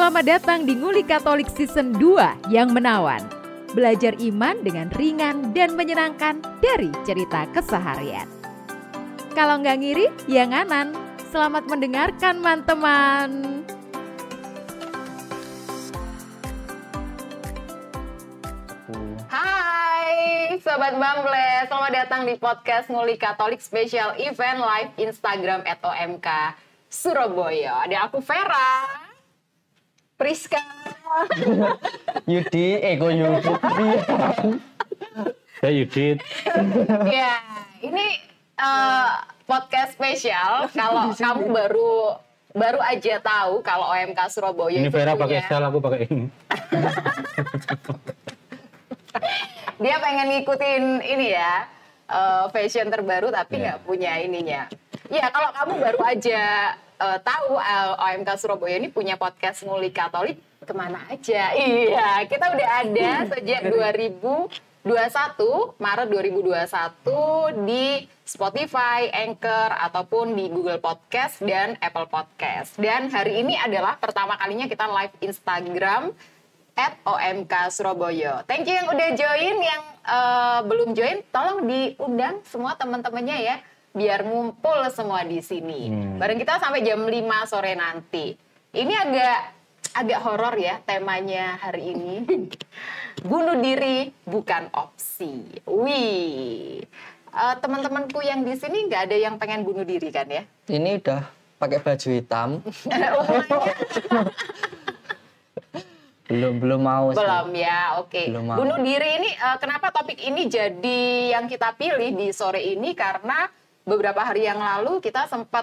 Selamat datang di Nguli Katolik Season 2 yang menawan. Belajar iman dengan ringan dan menyenangkan dari cerita keseharian. Kalau nggak ngiri, ya nganan. Selamat mendengarkan, teman-teman. Hai Sobat Bumble, selamat datang di podcast Nguli Katolik Special Event Live Instagram @omk Surabaya. Ada aku Vera, Priska, Yudi, Yudit. Ya, ini podcast spesial. Kalau kamu baru aja tahu kalau OMK Surabaya Ini Vera pakai style, aku pakai ini. Dia pengen ngikutin ini ya, fashion terbaru tapi nggak punya ininya. Ya, kalau kamu baru aja tahu OMK Surabaya ini punya podcast Nguli Katolik, kemana aja? Iya, kita udah ada sejak 2021, Maret 2021 di Spotify, Anchor, ataupun di Google Podcast dan Apple Podcast. Dan hari ini adalah pertama kalinya kita live Instagram @omk Surabaya. Thank you yang udah join, yang belum join tolong diundang semua teman-temannya ya, biar ngumpul semua di sini. Bareng kita sampai jam 5 sore nanti. Ini agak horor ya temanya hari ini. Bunuh diri bukan opsi. Wih. Teman-temanku yang di sini nggak ada yang pengen bunuh diri kan ya? Ini udah pakai baju hitam. belum mau sih. Belum ya, oke. Bunuh diri ini, kenapa topik ini jadi yang kita pilih di sore ini? Karena beberapa hari yang lalu kita sempat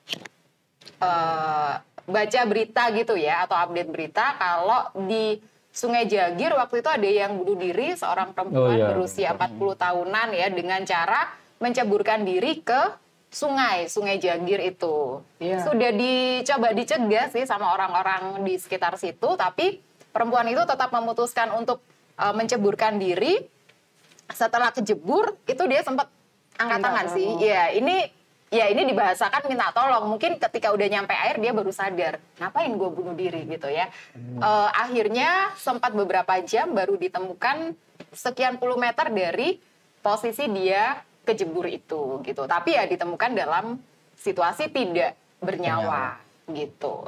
baca berita gitu ya, atau update berita kalau di Sungai Jagir waktu itu ada yang bunuh diri, seorang perempuan berusia 40 tahunan ya, dengan cara menceburkan diri ke Sungai Jagir itu. Sudah dicoba dicegah sih sama orang-orang di sekitar situ, tapi perempuan itu tetap memutuskan untuk menceburkan diri. Setelah kejebur, itu dia sempat angkat tangan sih. Ya, ini dibahasakan minta tolong. Mungkin ketika udah nyampe air dia baru sadar, ngapain gue bunuh diri gitu ya. Akhirnya sempat beberapa jam baru ditemukan sekian puluh meter dari posisi dia kejebur itu gitu. Tapi ya ditemukan dalam situasi tidak bernyawa. Gitu.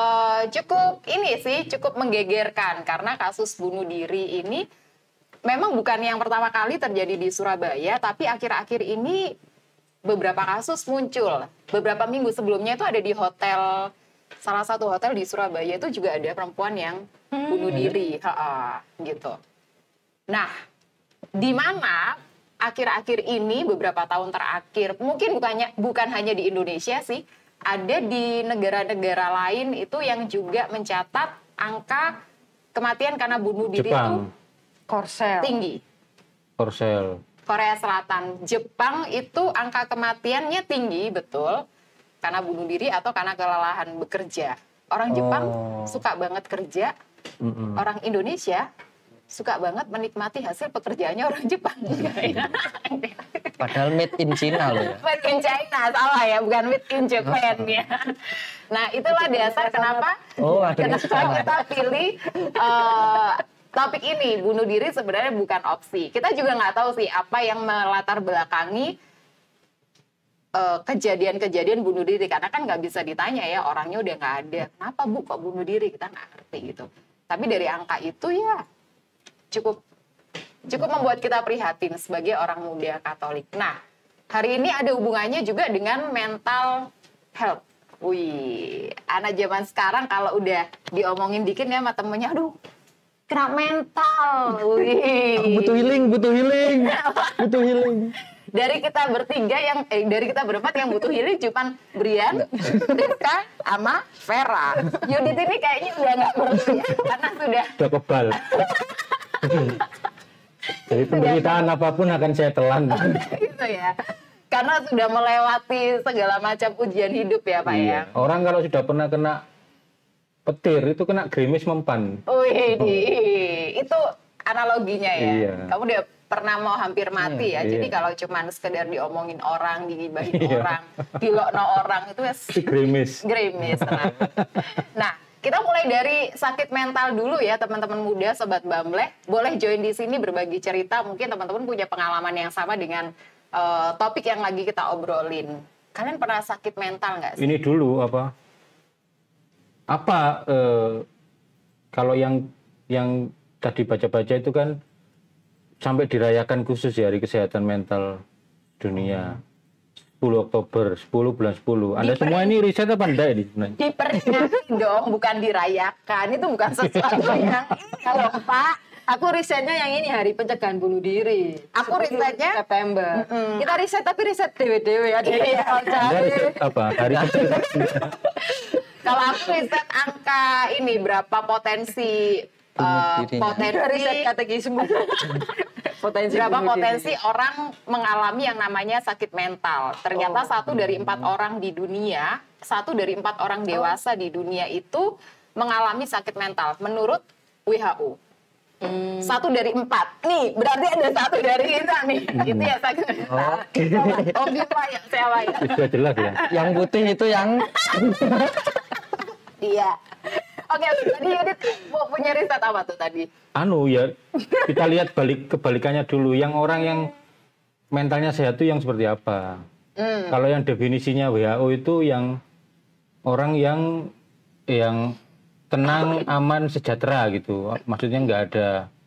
Cukup menggegerkan karena kasus bunuh diri ini memang bukan yang pertama kali terjadi di Surabaya, tapi akhir-akhir ini beberapa kasus muncul. Beberapa minggu sebelumnya itu ada di hotel, salah satu hotel di Surabaya itu juga ada perempuan yang bunuh diri, gitu. Nah, di mana akhir-akhir ini beberapa tahun terakhir, mungkin bukan hanya di Indonesia sih, ada di negara-negara lain itu yang juga mencatat angka kematian karena bunuh diri itu tinggi. Korea Selatan, Jepang itu angka kematiannya tinggi, betul, karena bunuh diri atau karena kelelahan bekerja. Orang Jepang suka banget kerja, orang Indonesia suka banget menikmati hasil pekerjaannya orang Jepang. Padahal made in China loh ya. Made in China, salah ya, bukan made in Japan ya. Nah, itulah dasar kenapa kita pilih topik ini. Bunuh diri sebenarnya bukan opsi. Kita juga nggak tahu sih apa yang melatar belakangi kejadian-kejadian bunuh diri. Karena kan nggak bisa ditanya ya, orangnya udah nggak ada. Kenapa Bu kok bunuh diri? Kita nggak ngerti gitu. Tapi dari angka itu ya cukup membuat kita prihatin sebagai orang muda Katolik. Nah, hari ini ada hubungannya juga dengan mental health. Wih, anak zaman sekarang kalau udah diomongin dikit ya sama temennya, aduh, kena mental. Wih. Butuh healing. Dari kita berempat yang butuh healing cuman Brian, Rizka, sama Vera. Yudit ini kayaknya udah nggak perlu ya, karena sudah kebal. Jadi penderitaan apapun akan saya telan. Gitu ya. Karena sudah melewati segala macam ujian hidup ya Pak ya. Orang kalau sudah pernah kena petir itu kena gerimis mempan. Itu analoginya ya. Iya. Kamu udah pernah mau hampir mati ya. Jadi kalau cuman sekedar diomongin orang, digibahin orang, dilokno orang itu ya gerimis. Nah, Kita mulai dari sakit mental dulu ya teman-teman muda, Sobat Bambleh. Boleh join di sini berbagi cerita. Mungkin teman-teman punya pengalaman yang sama dengan topik yang lagi kita obrolin. Kalian pernah sakit mental nggak sih? Ini dulu kalau yang tadi baca-baca itu kan sampai dirayakan khusus ya Hari Kesehatan Mental Dunia. 10 Oktober, 10 bulan 10. Anda semua ini riset apa enggak ini sebenarnya? Diperingati dong, bukan dirayakan. Itu bukan sesuatu yang kalau Pak, aku risetnya yang ini Hari Pencegahan Bunuh Diri. Aku risetnya September. Kita riset tapi riset dewe-dewe ya. Anda riset apa? Hari Kesehatan. Kalau aku riset angka ini berapa potensi riset katekisme. Berapa potensi orang mengalami yang namanya sakit mental. Ternyata 1 dari 4 orang di dunia, 1 dari 4 orang dewasa di dunia itu mengalami sakit mental menurut WHO. 1 dari 4. Nih, berarti ada 1 dari kita nih. Itu ya sakit mental. Oh, gitu ya, siapa ya? Sudah jelas ya. Yang putih itu yang Iya. Oke, tadi Yudit punya riset apa tuh tadi? Ya, kita lihat kebalikannya dulu. Yang orang yang mentalnya sehat itu yang seperti apa? Kalau yang definisinya WHO itu yang orang yang tenang, aman, sejahtera gitu. Maksudnya nggak ada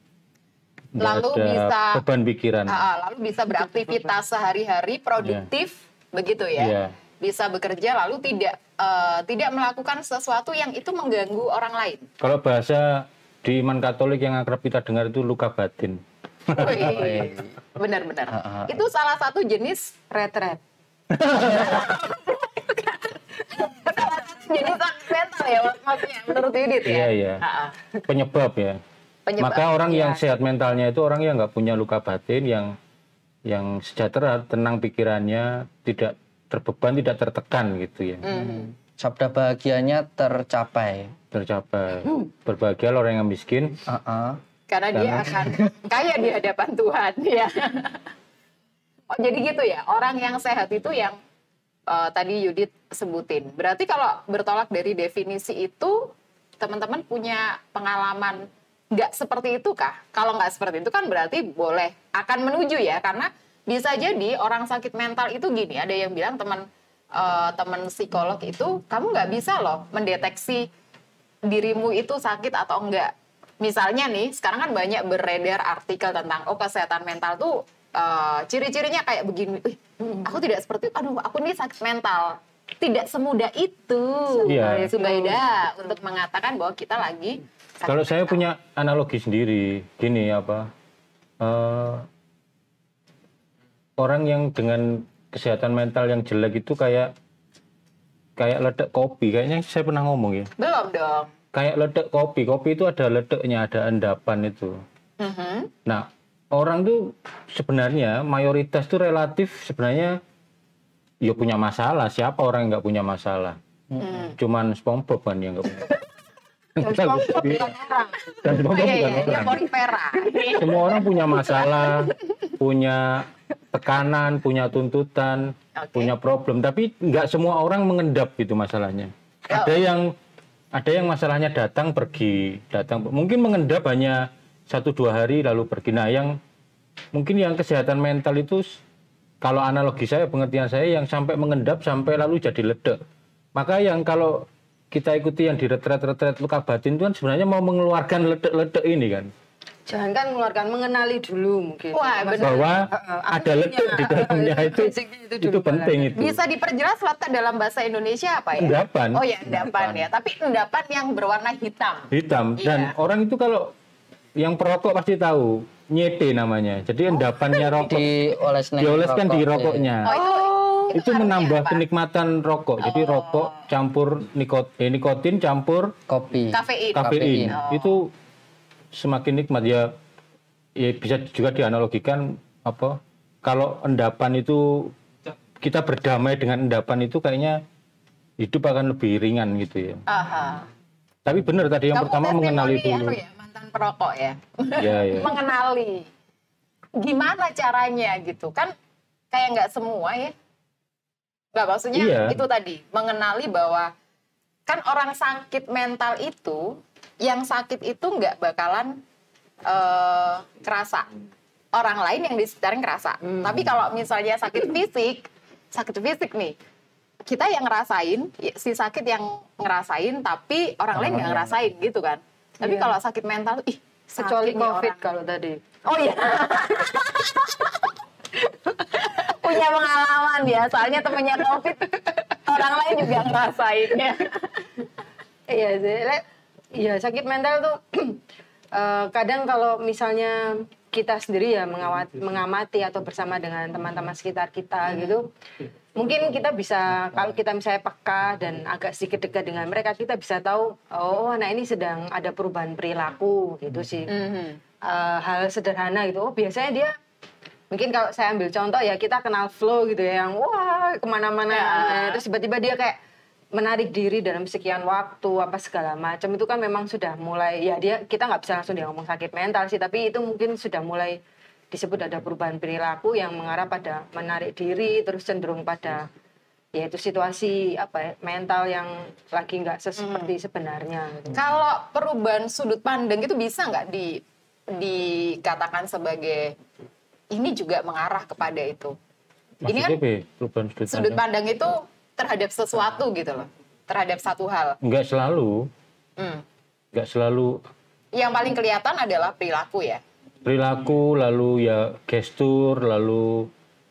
bisa beban pikiran. Lalu bisa beraktivitas sehari-hari produktif, begitu ya? Yeah. Bisa bekerja lalu tidak melakukan sesuatu yang itu mengganggu orang lain. Kalau bahasa di iman Katolik yang akrab kita dengar itu luka batin. Benar-benar. Itu salah satu jenis retret. Jenis sakit mental ya maksudnya menurut Yudit ya. Iya. Penyebab ya. Maka orang yang sehat mentalnya itu orang yang nggak punya luka batin, yang sejahtera, tenang pikirannya, tidak terbeban, tidak tertekan gitu ya. sabda bahagianya tercapai. Berbahagialah orang yang miskin. Karena dia akan kaya di hadapan Tuhan ya. Oh, jadi gitu ya. Orang yang sehat itu yang tadi Yudit sebutin. Berarti kalau bertolak dari definisi itu, teman-teman punya pengalaman nggak seperti itu kah? Kalau nggak seperti itu kan berarti boleh akan menuju ya, karena bisa jadi orang sakit mental itu gini, ada yang bilang teman psikolog itu, kamu nggak bisa loh mendeteksi dirimu itu sakit atau enggak. Misalnya nih, sekarang kan banyak beredar artikel tentang kesehatan mental tuh ciri-cirinya kayak begini. Aku tidak seperti itu. Aduh, aku ini sakit mental. Tidak semudah itu, Zubaida, untuk mengatakan bahwa kita lagi sakit Kalau mental. saya punya analogi sendiri, gini orang yang dengan kesehatan mental yang jelek itu kayak ledek kopi. Kayaknya saya pernah ngomong ya. Belum dong. Kayak ledek kopi. Kopi itu ada ledeknya, ada endapan itu. Nah, orang tuh sebenarnya mayoritas tuh relatif sebenarnya ya punya masalah. Siapa orang yang nggak punya masalah? Cuman SpongeBob kan yang nggak punya. SpongeBob bukan orang. Dia porifera. Semua orang punya masalah, punya tekanan, punya tuntutan, punya problem. Tapi nggak semua orang mengendap gitu masalahnya. Ada yang masalahnya datang pergi, mungkin mengendap hanya 1-2 hari lalu pergi. Nah, mungkin yang kesehatan mental itu, kalau analogi saya, pengertian saya, yang sampai mengendap sampai lalu jadi ledek. Maka yang kalau kita ikuti yang di retret luka batin itu kan sebenarnya mau mengeluarkan ledek-ledek ini kan. Jangan kan mengeluarkan, mengenali dulu mungkin. Wah, benar. Bahwa ada ledek di dalamnya itu penting itu. Bisa diperjelas letak dalam bahasa Indonesia apa ya? Endapan. Oh ya, endapan ya. Tapi endapan yang berwarna hitam. Dan orang itu kalau yang perokok pasti tahu, nyete namanya. Jadi endapannya rokok dioleskan di rokoknya. Itu menambah kenikmatan rokok. Jadi rokok campur nikotin campur kafein. Itu semakin nikmat ya. Bisa juga dianalogikan kalau endapan itu kita berdamai dengan endapan itu kayaknya hidup akan lebih ringan gitu ya. Tapi benar tadi yang pertama mengenali dulu. Ya, mantan perokok ya. Ya. Mengenali gimana caranya gitu kan, kayak nggak semua ya. Nggak, maksudnya itu tadi mengenali bahwa kan orang sakit mental itu, yang sakit itu nggak bakalan kerasa. Orang lain yang di sekitarnya kerasa. Tapi kalau misalnya sakit fisik nih, kita yang ngerasain, si sakit yang ngerasain, tapi orang lain nggak ngerasain gitu kan. Tapi kalau sakit mental, Kecuali sakit nih COVID orang. kalau tadi. Oh iya. Punya pengalaman ya, soalnya temennya COVID, orang lain juga ngerasainnya. Iya sih. Iya, sakit mental tuh kadang kalau misalnya kita sendiri ya mengamati atau bersama dengan teman-teman sekitar kita gitu, mungkin kita bisa, kalau kita misalnya peka dan agak sedikit dekat dengan mereka, kita bisa tahu, oh anak ini sedang ada perubahan perilaku gitu sih. Hal sederhana gitu, oh biasanya dia, mungkin kalau saya ambil contoh ya, kita kenal flow gitu ya, yang wah kemana-mana, terus tiba-tiba dia kayak menarik diri dalam sekian waktu apa segala macam, itu kan memang sudah mulai ya, kita nggak bisa langsung dia ngomong sakit mental sih, tapi itu mungkin sudah mulai disebut ada perubahan perilaku yang mengarah pada menarik diri, terus cenderung pada yaitu situasi mental yang lagi nggak seperti sebenarnya gitu. Kalau perubahan sudut pandang itu bisa nggak dikatakan sebagai ini juga mengarah kepada itu? Ini kan perubahan sudut pandang itu terhadap sesuatu gitu loh, terhadap satu hal. Enggak selalu. Enggak selalu. Yang paling kelihatan adalah perilaku ya. Perilaku, lalu ya gestur, lalu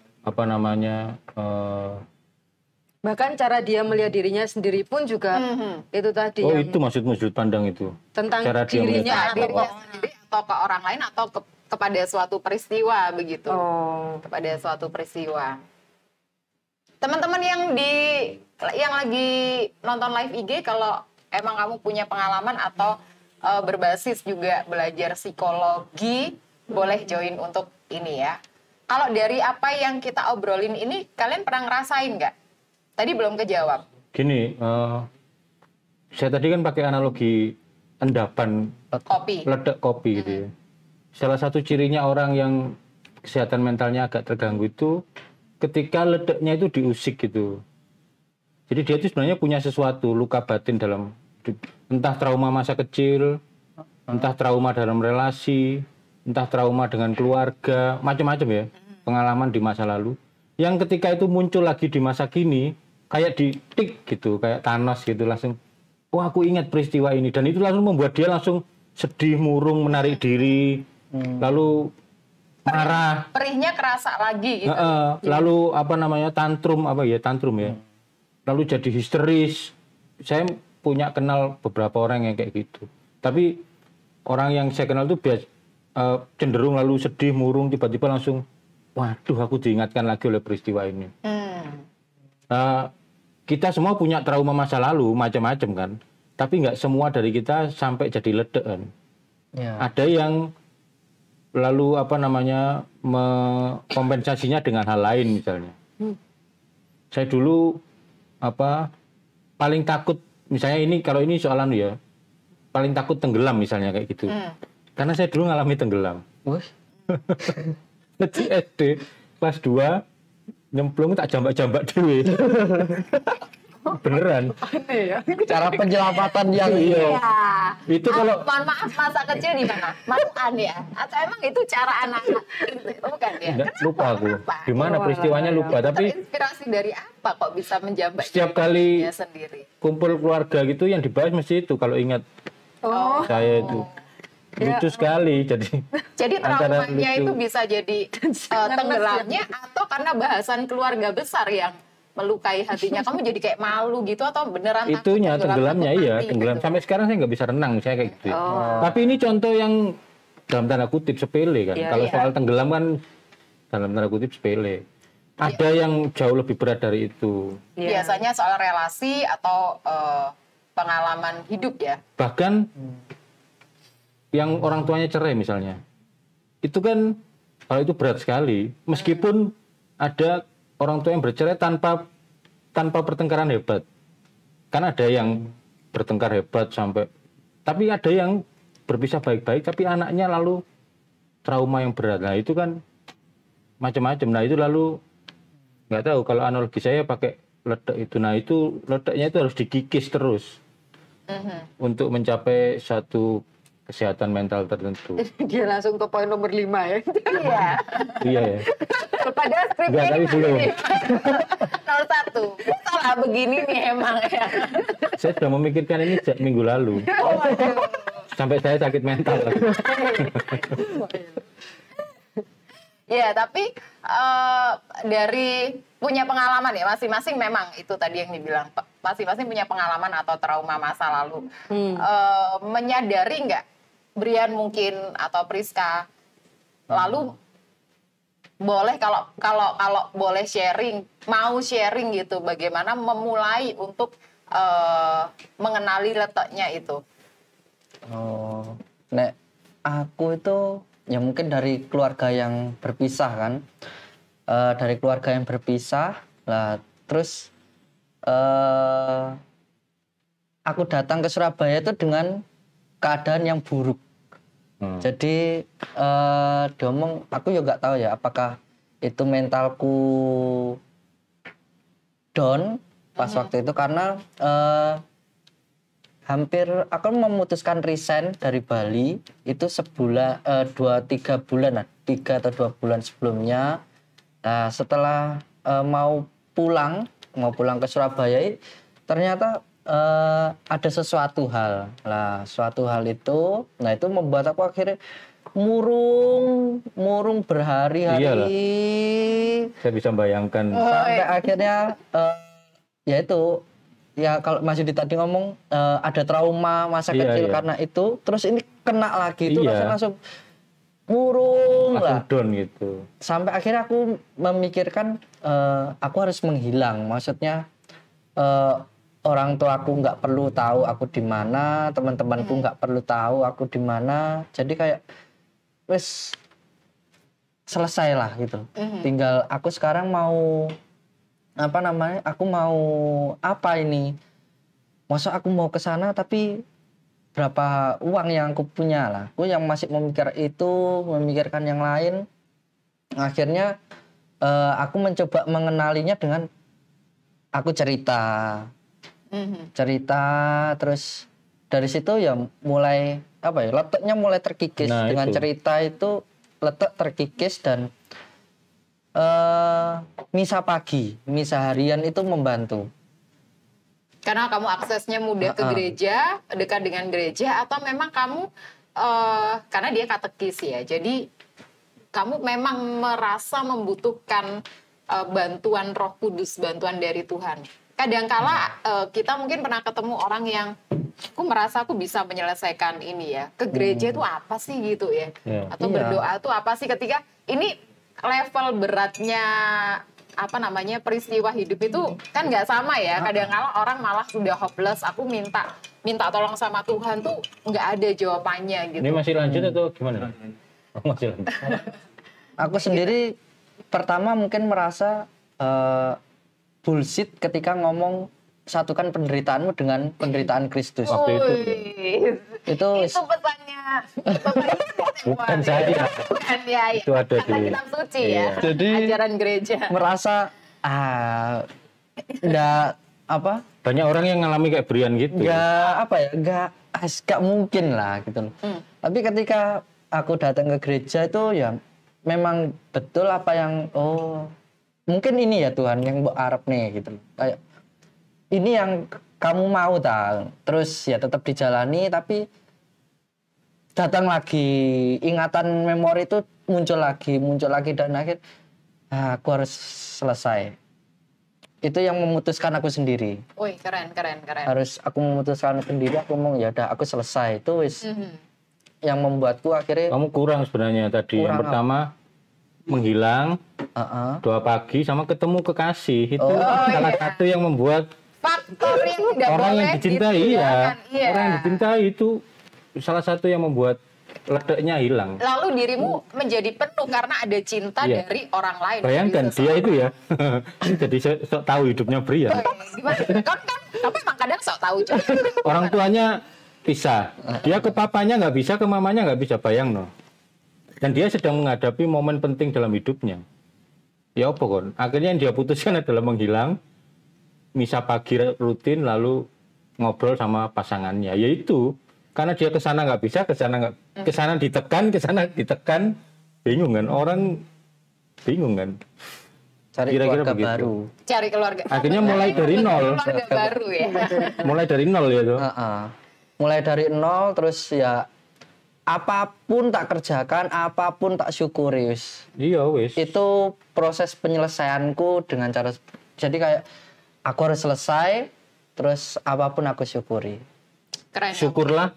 Bahkan cara dia melihat dirinya sendiri pun juga itu tadi. Oh yang itu maksudmu sudut pandang itu? tentang cara dia dirinya Dirinya sendiri atau ke orang lain atau kepada suatu peristiwa begitu. Kepada suatu peristiwa. Teman-teman yang lagi nonton live IG, kalau emang kamu punya pengalaman atau berbasis juga belajar psikologi, boleh join untuk ini ya. Kalau dari apa yang kita obrolin ini, kalian pernah ngerasain nggak? Tadi belum kejawab. Gini, saya tadi kan pakai analogi endapan Kopi. ledak kopi gitu ya. Salah satu cirinya orang yang kesehatan mentalnya agak terganggu itu ketika ledaknya itu diusik gitu. Jadi dia itu sebenarnya punya sesuatu, luka batin dalam, entah trauma masa kecil, entah trauma dalam relasi, entah trauma dengan keluarga, macam-macam ya, pengalaman di masa lalu. Yang ketika itu muncul lagi di masa kini, kayak ditik gitu, kayak Thanos gitu, langsung, wah aku ingat peristiwa ini. Dan itu langsung membuat dia langsung sedih, murung, menarik diri, lalu marah. Perihnya kerasa lagi gitu. Lalu tantrum ya. Lalu jadi histeris. Saya punya kenal beberapa orang yang kayak gitu. Tapi orang yang saya kenal itu cenderung lalu sedih, murung, tiba-tiba langsung, waduh aku diingatkan lagi oleh peristiwa ini. Kita semua punya trauma masa lalu macam-macam kan. Tapi nggak semua dari kita sampai jadi ledekan. Ada yang lalu kompensasinya dengan hal lain misalnya. Saya dulu paling takut, misalnya ini, kalau ini soalan ya, paling takut tenggelam misalnya kayak gitu. Karena saya dulu ngalami tenggelam. Jadi SD kelas 2 nyemplung tak jambak-jambak dulu. Beneran. Cara penyelamatan yang Itu kalau mohon maaf, masa kecil di mana? Masukan ya? Atau emang itu cara anak-anak? Bukan ya? enggak, lupa aku. Gimana peristiwanya lupa, tapi Inspirasi dari apa kok bisa menjambat setiap kali sendiri? kumpul keluarga gitu yang dibahas mesti itu kalau ingat saya itu. Lucu sekali Jadi antara traumanya lucu. itu bisa jadi tenggelamnya atau karena bahasan keluarga besar yang melukai hatinya, kamu jadi kayak malu gitu, atau beneran itunya takut tenggelamnya takut iya mati tenggelam gitu? sampai sekarang saya nggak bisa renang saya kayak gitu. Tapi ini contoh yang dalam tanda kutip sepele kan. Kalau soal tenggelam kan dalam tanda kutip sepele. Ada yang jauh lebih berat dari itu. Biasanya soal relasi atau pengalaman hidup ya. Bahkan yang orang tuanya cerai misalnya, itu kan kalau itu berat sekali. Meskipun ada orang tua yang bercerai tanpa pertengkaran hebat. Kan ada yang bertengkar hebat sampai, tapi ada yang berpisah baik-baik tapi anaknya lalu trauma yang berat. Nah itu kan macam-macam. Nah itu lalu nggak tahu, kalau analogi saya pakai ledak itu. Nah itu ledaknya itu harus dikikis terus. untuk mencapai satu kesehatan mental tertentu. Dia langsung ke poin nomor 5 ya. Iya. Iya ya. Kepada skripnya Enggak, tapi belum. 01. Salah begini nih emang ya. Saya sudah memikirkan ini sejak minggu lalu. Sampai saya sakit mental. Ya, tapi dari punya pengalaman ya masing-masing memang itu tadi yang dibilang masing-masing punya pengalaman atau trauma masa lalu. Menyadari nggak Brian mungkin atau Priska lalu boleh kalau boleh mau sharing gitu bagaimana memulai untuk mengenali letaknya itu. Oh, nek aku itu ya mungkin dari keluarga yang berpisah kan, dari keluarga yang berpisah lah, terus aku datang ke Surabaya itu dengan keadaan yang buruk. Jadi diomong, aku juga nggak tahu ya apakah itu mentalku down pas waktu itu karena hampir aku memutuskan resign dari Bali itu sebulan 2-3 bulan 3 atau 2 bulan sebelumnya. Nah, setelah mau pulang ke Surabaya ternyata ada sesuatu hal. Nah, suatu hal itu itu membuat aku akhirnya murung berhari-hari. Iyalah. Saya bisa bayangkan. Sampai akhirnya yaitu ya kalau Mas Yudi tadi ngomong ada trauma masa kecil karena itu, terus ini kena lagi itu langsung murung lah, down gitu. Sampai akhirnya aku memikirkan aku harus menghilang, maksudnya orang tua aku nggak perlu tahu aku di mana, teman-temanku nggak perlu tahu aku di mana, jadi kayak wes selesai lah gitu. Tinggal aku sekarang mau aku mau apa ini? Masa aku mau ke sana tapi berapa uang yang aku punya lah. Aku yang masih memikirkan yang lain. Akhirnya aku mencoba mengenalinya dengan aku cerita, terus dari situ ya mulai letaknya mulai terkikis. Dengan itu. Cerita itu letak terkikis dan misa pagi, misa harian itu membantu. Karena kamu aksesnya mudah ke gereja, dekat dengan gereja, atau memang kamu karena dia katekis ya, jadi kamu memang merasa membutuhkan bantuan Roh Kudus, bantuan dari Tuhan. Kadangkala kita mungkin pernah ketemu orang yang aku merasa aku bisa menyelesaikan ini ya, ke gereja itu apa sih gitu ya, atau berdoa itu apa sih, ketika ini level beratnya peristiwa hidup itu kan nggak sama ya. Kadang-kala orang malah sudah hopeless, aku minta tolong sama Tuhan tuh nggak ada jawabannya gitu. Ini masih lanjut atau gimana? Masih lanjut. Aku sendiri pertama mungkin merasa bullshit ketika ngomong satukan penderitaanmu dengan penderitaan Kristus. Waktu itu pesannya bukan saya. Bukan ya. Itu ada di kitab suci ya. Jadi ajaran gereja. Merasa enggak banyak orang yang ngalami kayak Brian gitu. Enggak mungkin lah gitu. Tapi ketika aku datang ke gereja itu ya memang betul apa yang mungkin ini ya Tuhan yang mbok arep nih gitu. Kayak ini yang kamu mau terus ya tetap dijalani, tapi datang lagi ingatan memori itu muncul lagi dan akhir aku harus selesai. Itu yang memutuskan aku sendiri. Wih, keren. Harus aku memutuskan sendiri, aku ngomong ya udah aku selesai. Itu wis yang membuatku akhirnya kamu kurang sebenarnya tadi. Yang pertama menghilang, doa pagi sama ketemu kekasih itu salah satu yang membuat faktor yang tidak orang boleh yang dicintai orang yang dicintai itu salah satu yang membuat letaknya hilang. Lalu dirimu menjadi penuh karena ada cinta dari orang lain. Bayangkan dia itu ya. Jadi sok tahu hidupnya Brian. Gimana? Kamu emang kadang sok tahu juga. Orang tuanya pisah. Dia ke papanya nggak bisa, ke mamanya nggak bisa, bayang no. Dan dia sedang menghadapi momen penting dalam hidupnya. Ya apa kon? Akhirnya yang dia putuskan adalah menghilang. Misa pagi rutin, lalu ngobrol sama pasangannya. Yaitu karena dia kesana nggak bisa, kesana ditekan, bingung kan? Orang bingung kan? Cari Kira-kira keluarga begitu. baru. Cari keluarga. Akhirnya mulai dari nol. Keluarga baru ya. Mulai dari nol ya tuh. Mulai dari nol, terus ya apapun tak kerjakan, apapun tak syukuri wis. Iya wis. Itu proses penyelesaianku dengan cara, jadi kayak aku harus selesai, terus apapun aku syukuri. Keren. Syukurlah.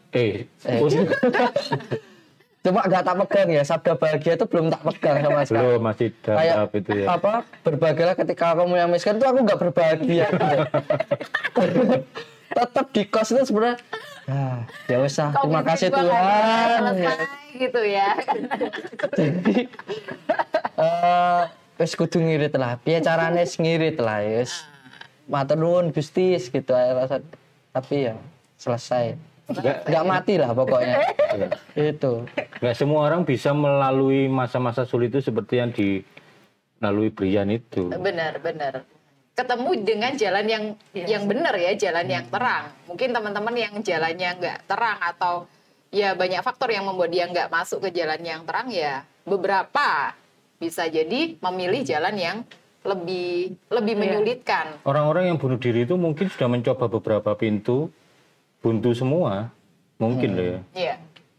Cuma gak tak pegang ya, sabda bahagia itu belum tak pegang sama sekali. Belum, masih dalam itu ya. Berbahagialah ketika kamu yang miskin itu aku gak berbahagia. Tetap di kos itu sebenarnya ya usah, terima kasih Tuhan. Gitu ya. Jadi wis kudu ngirit lah. Piye carane ngirit lah wis. Matur nuwun Gusti gitu rasa. Tapi ya selesai. Enggak mati lah pokoknya. Itu. Enggak semua orang bisa melalui masa-masa sulit itu seperti yang dilalui Brian itu. Benar. Ketemu dengan jalan yang benar ya, jalan yang terang. Mungkin teman-teman yang jalannya nggak terang atau ya banyak faktor yang membuat dia nggak masuk ke jalan yang terang ya. Beberapa bisa jadi memilih jalan yang lebih menyulitkan. Orang-orang yang bunuh diri itu mungkin sudah mencoba beberapa pintu, buntu semua, mungkin loh ya. Iya.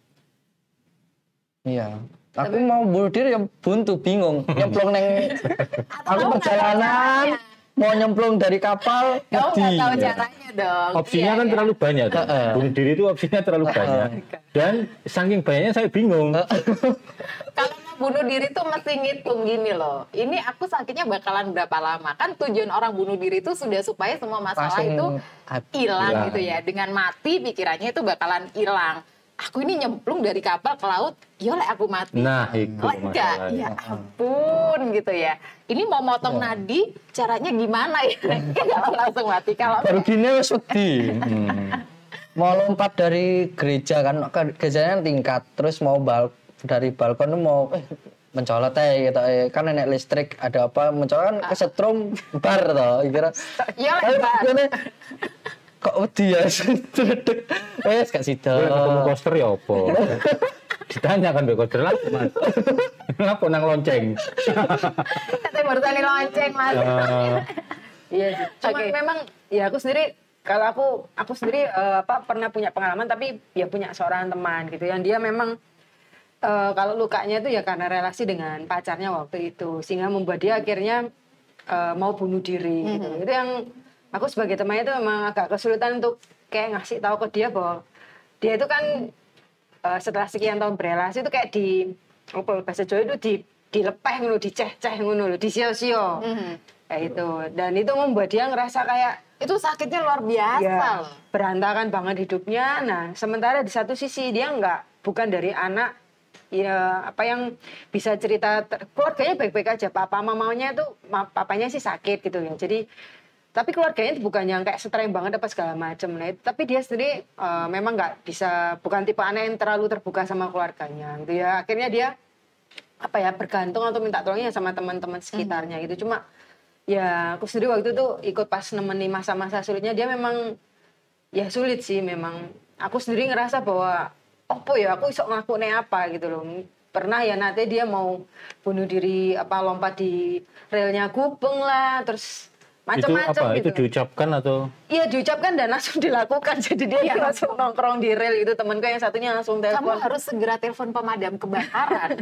Iya. Aku mau bunuh diri ya buntu, bingung. Nyemplung neng aku perjalanan mau nyemplung dari kapal. Kamu nggak tahu caranya dong. Opsinya kan terlalu banyak. Bunuh diri itu opsinya terlalu banyak. Dan saking banyaknya saya bingung. Kalau mau bunuh diri tuh mesti ngitung gini loh. Ini aku sakitnya bakalan berapa lama? Kan tujuan orang bunuh diri itu sudah supaya semua masalah itu hilang gitu ya. Dengan mati pikirannya itu bakalan hilang. Aku ini nyemplung dari kapal ke laut, yoleh aku mati. Nah, itu masalahnya. Ya ampun gitu ya. Ini mau motong nadi, caranya gimana ya? Kalau langsung mati. Kalau baru gini wis wedi. Mau lompat dari gereja kan, gerejanya tingkat, terus mau dari balkon tuh mau mencolot gitu. Kan nenek listrik ada apa, mencolot kan kesetrum bar toh, kira. Ya bar. Kok wedi ya sedek gak sida ketemu poster ya apa ditanya kan poster lah Mas kenapa nang lonceng katanya baru tadi lonceng Mas iya sih cuma memang ya aku sendiri kalau aku sendiri pernah punya pengalaman tapi ya punya seorang teman gitu yang dia memang kalau lukanya itu ya karena relasi dengan pacarnya waktu itu sehingga membuat dia akhirnya mau bunuh diri gitu. Itu yang aku sebagai temannya itu memang agak kesulitan untuk kayak ngasih tahu ke dia bahwa dia itu kan setelah sekian tahun berelasi itu kayak di bahasa Jawa itu dilepeh ngono, diceh-ceh ngono lho, disio-sio. Kayak itu. Dan itu membuat dia ngerasa kayak itu sakitnya luar biasa ya, loh. Berantakan banget hidupnya. Nah, sementara di satu sisi dia bukan dari anak ya apa yang bisa cerita keluarganya baik-baik aja. Papa mamanya itu papanya sih sakit gitu ya. Jadi tapi keluarganya itu bukan yang kayak streng banget apa segala macam. Nah, tapi dia sendiri memang nggak bisa, bukan tipe anak yang terlalu terbuka sama keluarganya gitu ya. Akhirnya dia bergantung atau minta tolongnya sama teman-teman sekitarnya gitu. Cuma ya aku sendiri waktu itu ikut pas nemeni masa-masa sulitnya dia memang ya sulit sih memang. Aku sendiri ngerasa bahwa aku iso ngelakuin apa gitu loh. Pernah ya nanti dia mau bunuh diri lompat di relnya Gubeng lah, terus macam-macam gitu. Itu diucapkan atau? Iya diucapkan dan langsung dilakukan. Jadi dia langsung nongkrong di rel itu. Temenku yang satunya langsung telepon. Kamu harus segera telepon pemadam kebakaran.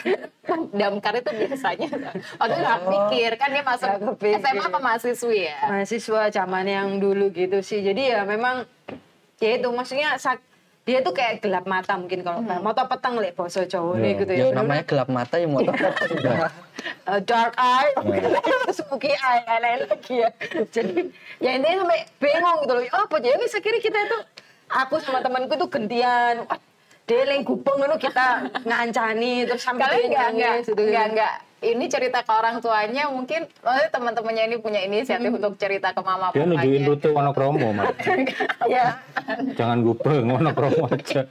Damkar itu biasanya. Nggak pikir kan dia masuk SMA apa mahasiswi ya? Mahasiswa zaman yang dulu gitu sih. Jadi ya memang ya itu maksudnya dia tuh kayak gelap mata mungkin kalau moto peteng lek basa Jawa gitu ya. Namanya gelap mata ya moto peteng. Dark eye, spooky eye, lain lagi ya. Jadi ya intinya sampai bingung gitu loh. Apa ya wis akhirnya kita itu aku sama temanku tuh gantian. Deleng Gubeng ngono kita ngancani terus sampai enggak. Ini cerita ke orang tuanya mungkin teman-temannya ini punya inisiatif untuk cerita ke mama dia papanya. Dia nunjukin rute Wonokromo Mas. Ya. Jangan Gubeng, Wonokromo aja.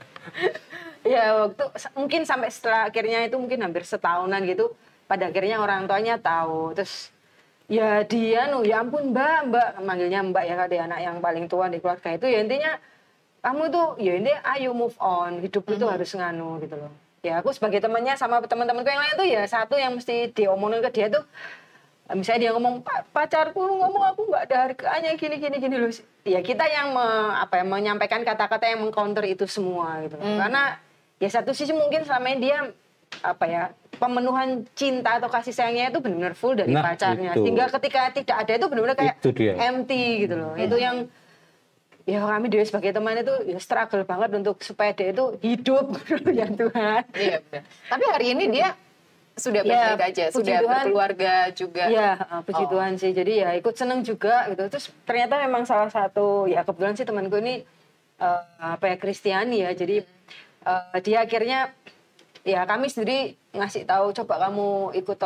Ya waktu mungkin sampai setelah akhirnya itu mungkin hampir setahunan gitu pada akhirnya orang tuanya tahu terus ya dia ya ampun mbak manggilnya mbak ya, dia anak yang paling tua di keluarga itu, ya intinya kamu tuh ya ini ayo move on, hidup itu harus nganu gitu loh. Ya aku sebagai temannya sama teman-temanku yang lain tuh ya satu yang mesti diomongin ke dia tuh, misalnya dia ngomong pacarku ngomong aku nggak ada harganya gini loh, ya kita yang menyampaikan kata-kata yang mengcounter itu semua gitu loh. Karena ya satu sisi mungkin selama ini dia pemenuhan cinta atau kasih sayangnya itu benar-benar full dari pacarnya, sehingga ketika tidak ada itu benar-benar kayak empty gitu loh. Itu yang ya kami dia sebagai teman itu ya struggle banget untuk supaya dia itu hidup ya Tuhan. Iya benar. Tapi hari ini dia sudah baik-baik aja, sudah berkeluarga juga. Iya, puji Tuhan sih. Jadi ya ikut seneng juga gitu. Terus ternyata memang salah satu ya kebetulan sih temanku ini Kristiani ya. Jadi dia akhirnya ya kami sendiri ngasih tahu coba kamu ikut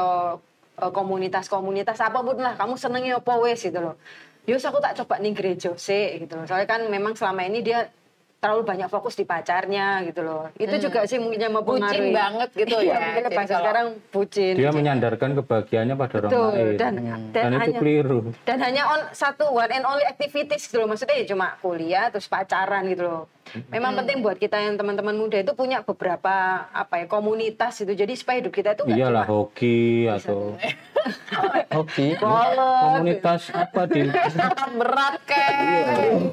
komunitas apapun lah, kamu senengnya apa wes gitu loh. Yus aku tak coba nih gereja sih gitu loh. Soalnya kan memang selama ini dia terlalu banyak fokus di pacarnya gitu loh. Itu juga sih mungkin yang mempengaruhi. Bucin banget gitu ya. Mungkin bahasa sekarang bucin. Dia menyandarkan kebahagiaannya pada orang lain. Dan itu keliru. Dan hanya one and only activities gitu loh. Maksudnya ya cuma kuliah terus pacaran gitu loh. Memang penting buat kita yang teman-teman muda itu punya beberapa komunitas itu. Jadi supaya hidup kita itu enggak iyalah hoki atau hoki. Komunitas apa di berat kayak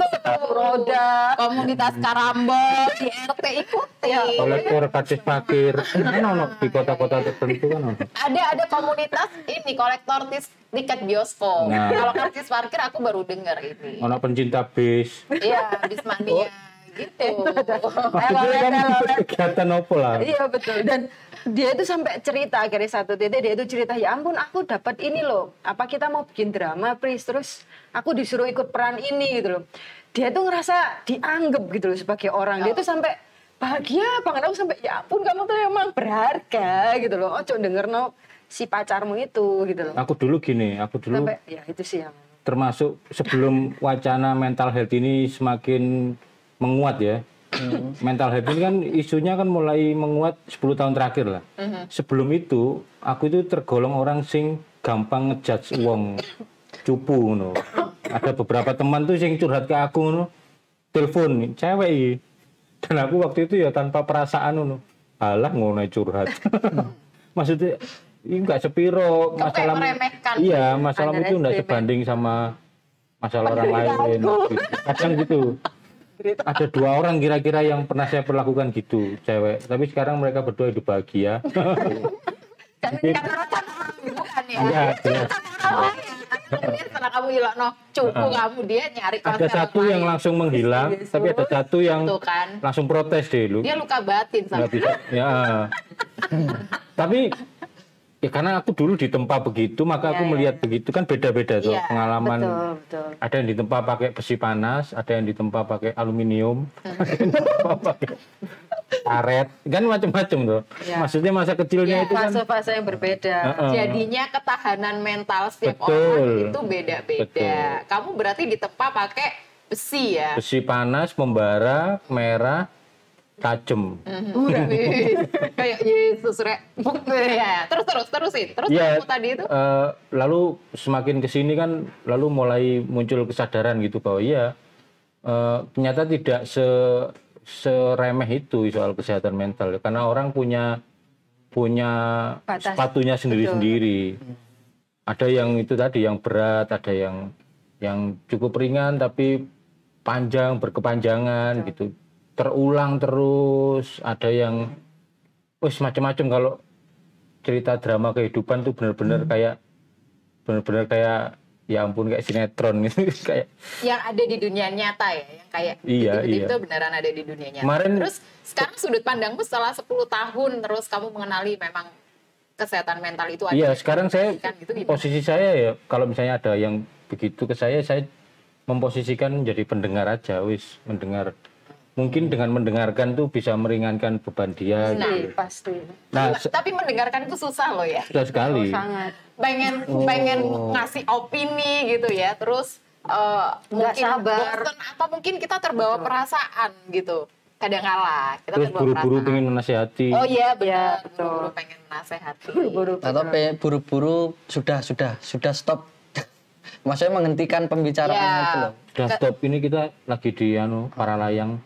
roda, komunitas karambol di RT ikuti. kolektor karcis parkir kan di kota-kota tertentu kan ada komunitas ini kolektor tiket bioskop. Kalau karcis parkir aku baru dengar ini. Anak pencinta bis. Iya, bis mania gitu. Kegiatan apa lah? Iya betul. Dan dia itu sampai cerita akhirnya satu titik dia itu cerita, ya ampun aku dapat ini loh. Apa kita mau bikin drama, please. Terus aku disuruh ikut peran ini gitu loh. Dia tuh ngerasa dianggap gitu loh sebagai orang. Dia tuh sampai bahagia banget, aku sampai ya ampun kamu tuh emang berharga gitu loh. Coba denger si pacarmu itu gitu loh. Aku dulu sampai, ya itu sih yang termasuk sebelum wacana mental health ini semakin menguat ya. Mental health ini kan isunya kan mulai menguat 10 tahun terakhir lah. Sebelum itu aku itu tergolong orang sing gampang ngejudge wong cupu ngono. Ada beberapa teman tuh sing curhat ke aku ngono. Telepon cewek iki. Dan aku waktu itu ya tanpa perasaan ngono. Alah ngono curhat. Maksudnya ini enggak sepiro masalah. Iya, masalahmu itu enggak sebanding sama masalah orang lain. Kadang gitu. Ada 2 orang kira-kira yang pernah saya perlakukan gitu, cewek. Tapi sekarang mereka berdua hidup bahagia. Bukan ya? Iya, jelas. Setelah kamu hilang cupu kamu, dia nyari konser. Ada satu yang langsung menghilang, tapi ada satu yang langsung protes deh lu. Dia luka batin sama. Nggak bisa. Ya. Tapi ya karena aku dulu ditempa begitu, maka aku melihat begitu kan beda-beda tuh pengalaman. Betul. Ada yang ditempa pakai besi panas, ada yang ditempa pakai aluminium, ada yang ditempa pakai karet, kan macam-macam tuh. Maksudnya masa kecilnya itu kan fase-fase yang berbeda. Jadinya ketahanan mental setiap orang itu beda-beda. Kamu berarti ditempa pakai besi ya? Besi panas, membara, merah, tajam. Kayak Yesus ya. Terusin. Terus ya, kamu tadi itu? Lalu semakin kesini kan, lalu mulai muncul kesadaran gitu bahwa ternyata tidak seremeh itu soal kesehatan mental. Karena orang punya sepatunya sendiri-sendiri. Ada yang itu tadi yang berat, ada yang cukup ringan tapi panjang, berkepanjangan gitu. Terulang terus, ada yang macam-macam. Kalau cerita drama kehidupan tuh benar-benar kayak ya ampun kayak sinetron gitu kayak yang ada di dunia nyata ya, yang kayak itu beneran ada di dunia nyata. Terus sekarang sudut pandangmu setelah 10 tahun terus kamu mengenali memang kesehatan mental itu ada. Iya, sekarang saya gitu, posisi saya ya kalau misalnya ada yang begitu ke saya memposisikan menjadi pendengar aja, mendengar. Mungkin dengan mendengarkan tuh bisa meringankan beban dia. Gitu. Pasti. Nah, tapi mendengarkan itu susah loh ya. Susah sekali. Sangat. Pengen ngasih opini gitu ya. Terus mungkin bosen atau mungkin kita terbawa perasaan gitu. kadang kalah. Kita terus buru-buru pengen menasehati. Oh iya benar, betul. buru-buru pengen nasehati. Atau buru-buru sudah stop. Maksudnya menghentikan pembicaraan itu loh. Udah stop, ini kita lagi di para layang.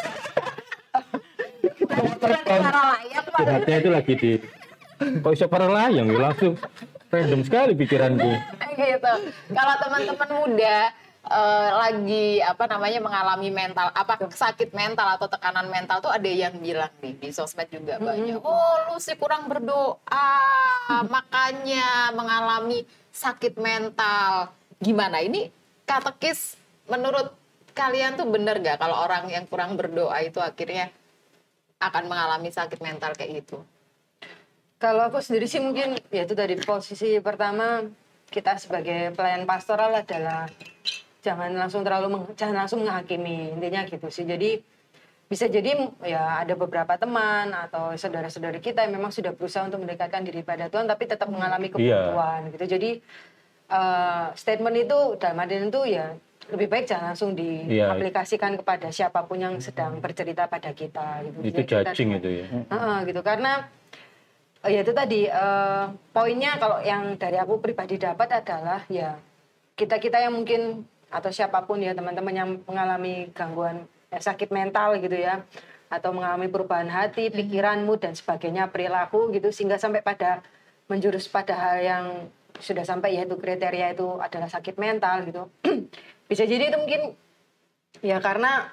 Para layang Pak. Curhatnya itu lagi di kok bisa para layang ya, langsung random sekali pikiranku. Gitu. Kalau teman-teman muda lagi mengalami sakit mental atau tekanan mental tuh, ada yang bilang nih di sosmed juga banyak, lu sih kurang berdoa makanya mengalami sakit mental. Gimana ini katekis, menurut kalian tuh bener gak kalau orang yang kurang berdoa itu akhirnya akan mengalami sakit mental kayak gitu? Kalau aku sendiri sih mungkin ya itu dari posisi pertama, kita sebagai pelayan pastoral adalah jangan langsung menghakimi, intinya gitu sih. Jadi bisa jadi ya ada beberapa teman atau saudara-saudari kita yang memang sudah berusaha untuk mendekatkan diri pada Tuhan tapi tetap mengalami kebuntuan gitu. Jadi statement itu dalam artian itu ya lebih baik jangan langsung diaplikasikan kepada siapapun yang sedang bercerita pada kita gitu. Itu judging itu ya. Gitu, karena ya itu tadi poinnya kalau yang dari aku pribadi dapat adalah ya kita yang mungkin atau siapapun ya teman-teman yang mengalami gangguan sakit mental gitu ya, atau mengalami perubahan hati, pikiran, mood dan sebagainya, perilaku gitu, sehingga sampai pada menjurus pada hal yang sudah sampai yaitu kriteria itu adalah sakit mental gitu. Bisa jadi itu mungkin ya karena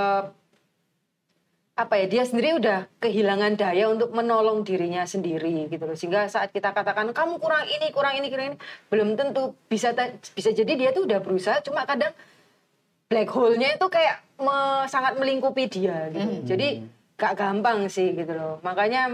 dia sendiri udah kehilangan daya untuk menolong dirinya sendiri gitu loh, sehingga saat kita katakan kamu kurang ini belum tentu, bisa jadi dia tuh udah berusaha, cuma kadang black hole-nya itu kayak sangat melingkupi dia gitu. Jadi gak gampang sih gitu loh. Makanya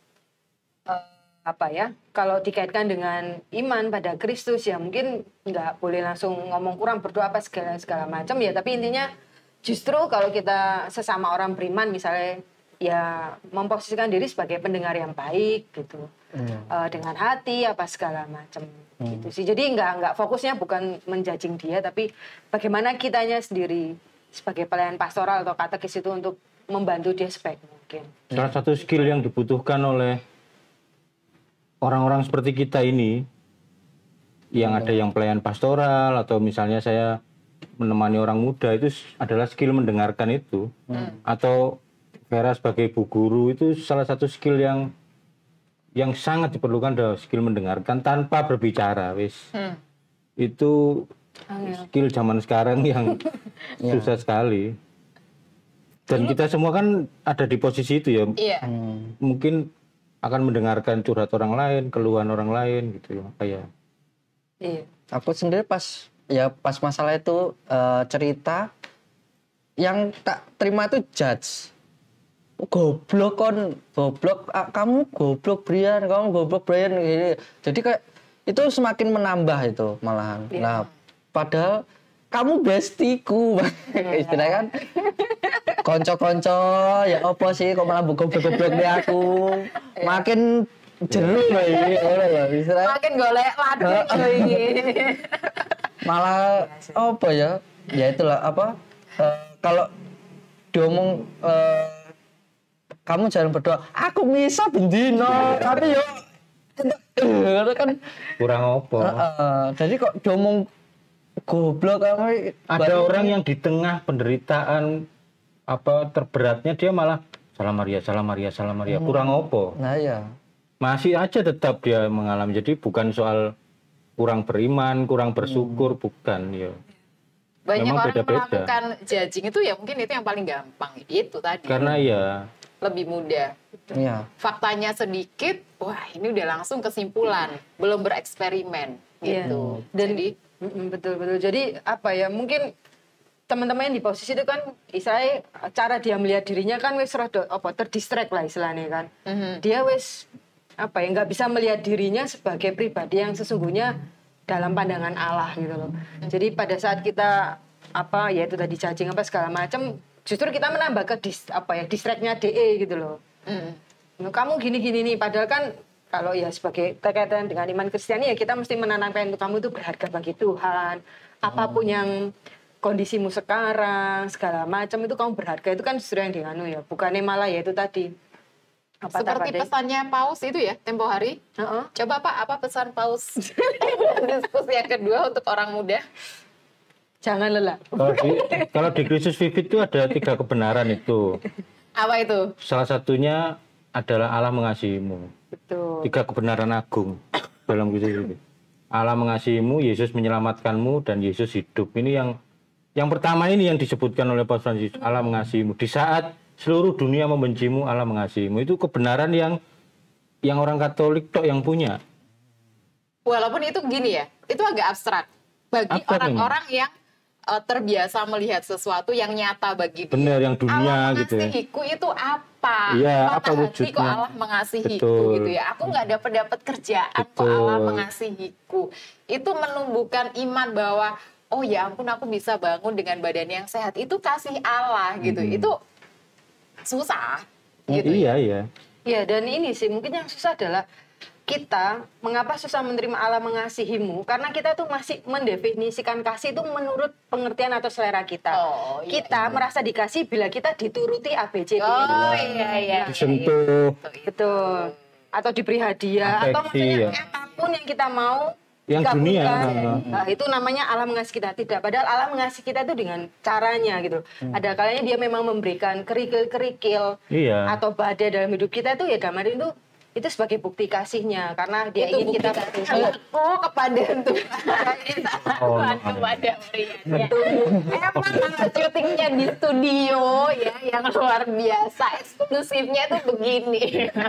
kalau dikaitkan dengan iman pada Kristus ya mungkin nggak boleh langsung ngomong kurang berdoa apa segala macam ya, tapi intinya justru kalau kita sesama orang beriman misalnya ya memposisikan diri sebagai pendengar yang baik gitu, dengan hati apa segala macam gitu sih. Jadi nggak fokusnya bukan menjudging dia, tapi bagaimana kitanya sendiri sebagai pelayan pastoral atau katekis itu untuk membantu dia sebaik mungkin. Salah satu skill yang dibutuhkan oleh orang-orang seperti kita ini, yang ada yang pelayan pastoral atau misalnya saya menemani orang muda, itu adalah skill mendengarkan itu. Atau Vera sebagai bu guru itu salah satu skill yang sangat diperlukan, adalah skill mendengarkan tanpa berbicara, itu skill zaman sekarang yang susah sekali. Dan kita semua kan ada di posisi itu ya. Mungkin akan mendengarkan curhat orang lain, keluhan orang lain gitu ya. Kayak aku sendiri pas masalah itu cerita, yang tak terima itu judge. Goblok kamu goblok Brian gitu. Jadi kayak itu semakin menambah itu malahan. Nah, padahal kamu bestiku, istilahnya kan konco-konco ya apa sih kok malah goblok di aku. Makin jeruk ini istilahnya. Makin golek laduk ini. Malah apa ya? Ya itulah kalau diomong kamu jangan berdoa, aku bisa bendino, tapi yo kan kurang apa. Jadi kok diomong goblok kamu. Ada orang yang di tengah penderitaan terberatnya dia malah salam Maria. Kurang apa? Nah ya. Masih aja tetap dia mengalami. Jadi bukan soal kurang beriman, kurang bersyukur, bukan ya. Banyak memang orang melakukan judging itu ya mungkin itu yang paling gampang itu tadi. Karena ya lebih mudah. Iya. Faktanya sedikit, wah ini udah langsung kesimpulan, belum bereksperimen gitu. Jadi betul. Jadi mungkin teman-teman yang di posisi itu kan istilahnya cara dia melihat dirinya kan wis rada terdistract lah istilahnya kan. Dia wis nggak bisa melihat dirinya sebagai pribadi yang sesungguhnya dalam pandangan Allah gitu loh. Jadi pada saat kita itu tadi judging segala macam, justru kita menambah ke distract-nya DE gitu loh. Kamu gini nih, padahal kan kalau ya sebagai berkaitan dengan iman Kristiani ya kita mesti menanamkan kamu itu berharga bagi Tuhan. Apapun yang kondisimu sekarang segala macam itu kamu berharga, itu kan justru yang dianu ya, bukannya malah ya itu tadi seperti pesannya Paus itu ya tempo hari. Coba Pak, apa pesan Paus diskusi yang kedua untuk orang muda? Jangan lelah. Kalau di Kristus Vivid itu ada 3 kebenaran itu. Apa itu? Salah satunya adalah Allah mengasihimu. Betul. 3 kebenaran agung dalam Kristus Vivid. Allah mengasihimu, Yesus menyelamatkanmu, dan Yesus hidup. Ini yang pertama ini yang disebutkan oleh Paus Fransiskus. Allah mengasihimu. Di saat seluruh dunia membencimu, Allah mengasihimu. Itu kebenaran yang orang Katolik tok yang punya. Walaupun itu gini ya, itu agak abstrak bagi orang-orang yang terbiasa melihat sesuatu yang nyata bagi dia. Benar, yang dunia Allah gitu ya. mengasihiku itu apa? Iya, Patah apa hati wujudnya? kok Allah mengasihiku Betul. gitu ya. Aku nggak dapat kerjaan kok Allah mengasihiku. Itu menumbuhkan iman bahwa oh ya ampun aku bisa bangun dengan badan yang sehat. Itu kasih Allah gitu. Itu susah gitu. Iya. Ya, dan ini sih mungkin yang susah adalah kita, mengapa susah menerima Allah mengasihimu? Karena kita tuh masih mendefinisikan kasih itu menurut pengertian atau selera kita. Kita merasa dikasih bila kita dituruti ABCD. Iya. Disentuh. Betul. Atau diberi hadiah, atau maksudnya apapun yang kita mau yang dunia. Nah, itu namanya Allah mengasihi kita. Tidak, padahal Allah mengasihi kita itu dengan caranya gitu. Ada kalanya dia memang memberikan kerikil-kerikil atau badai dalam hidup kita itu ya gambarin itu sebagai bukti kasihnya, karena dia itu ingin kita aku kepada Tuhan, kepada pria. Emang kalau syutingnya di studio ya yang luar biasa, eksklusifnya itu begini.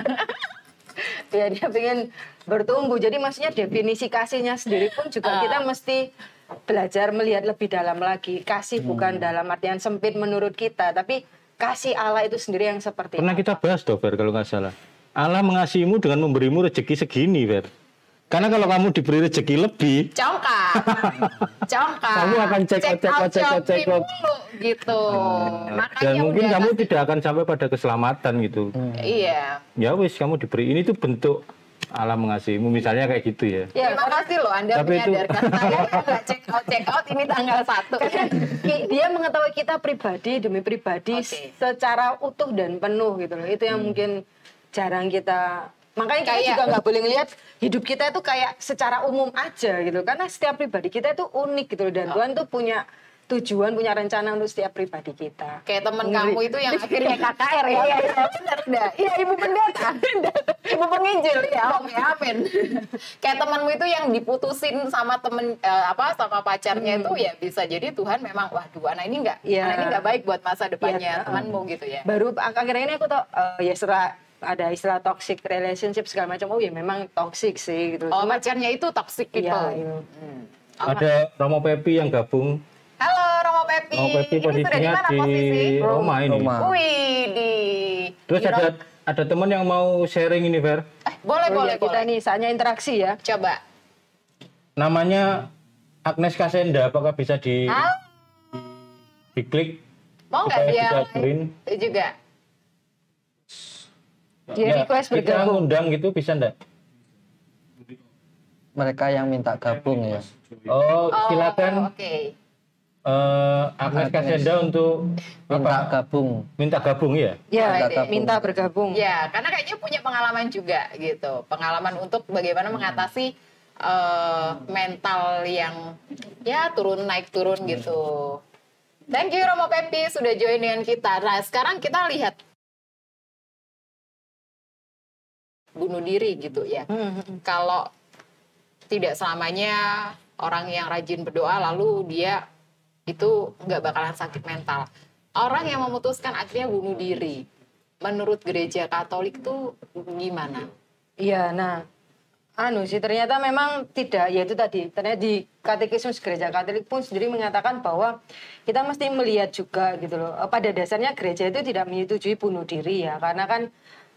Ya dia pengen bertumbuh. Jadi maksudnya definisi kasihnya sendiri pun juga kita mesti belajar melihat lebih dalam lagi. Kasih bukan dalam artian sempit menurut kita, tapi kasih Allah itu sendiri yang seperti Pernah kita bahas tuh, Fer, kalau nggak salah. Allah mengasihimu dengan memberimu rezeki segini, Fer. Karena kalau kamu diberi rezeki lebih, congkak. Kamu akan cek out gitu. Dan mungkin kamu tidak akan sampai pada keselamatan gitu. Iya. Ya wis, kamu diberi ini tuh bentuk Allah mengasihimu, misalnya kayak gitu ya. Terima kasih loh Anda menyadarkan saya nggak check out ini tanggal 1. Dia mengetahui kita pribadi demi pribadi secara utuh dan penuh gitu loh. Itu yang mungkin jarang kita, makanya kita juga nggak boleh ngelihat hidup kita itu kayak secara umum aja gitu, karena setiap pribadi kita itu unik gitu loh, dan Tuhan tuh punya tujuan, punya rencana untuk setiap pribadi kita. Kayak teman kamu itu yang akhirnya KKR ya. Iya benar dah. Iya ibu pendeta, ibu penginjil ya om ya amin. Kayak temanmu itu yang diputusin sama sama pacarnya itu ya bisa jadi Tuhan memang waduh anak ini nggak baik buat masa depannya temanmu gitu ya. Baru akhirnya ini aku tau ya setelah ada istilah toxic relationship segala macam, oh ya memang toxic sih gitu. Pacarnya itu toxic people. Iya. Ada Romo Pepi yang gabung. Halo Romo Pepi. Romo Pepi posisinya di Roma ini. Wih Terus ada teman yang mau sharing ini, Fer. Boleh. Kita nih saatnya interaksi ya. Coba. Namanya Agnes Kasenda, apakah bisa diklik? Mau nggak dia juga? Dia request bergabung. Kita ngundang gitu bisa enggak? Mereka yang minta gabung ya. Silakan. Oke. Agnes Kasenda untuk minta gabung ya? Ya, minta bergabung. Ya, karena kayaknya punya pengalaman juga gitu. Pengalaman untuk bagaimana mengatasi mental yang ya naik turun gitu. Thank you Romo Pepi sudah join dengan kita. Nah, sekarang kita lihat bunuh diri gitu ya. Kalau tidak selamanya orang yang rajin berdoa lalu dia itu nggak bakalan sakit mental. Orang yang memutuskan akhirnya bunuh diri, menurut gereja Katolik tuh gimana? Iya, nah, ternyata memang tidak, yaitu tadi, ternyata di Katekismus Gereja Katolik pun sendiri mengatakan bahwa kita mesti melihat juga gitu loh. Pada dasarnya gereja itu tidak menyetujui bunuh diri ya, karena kan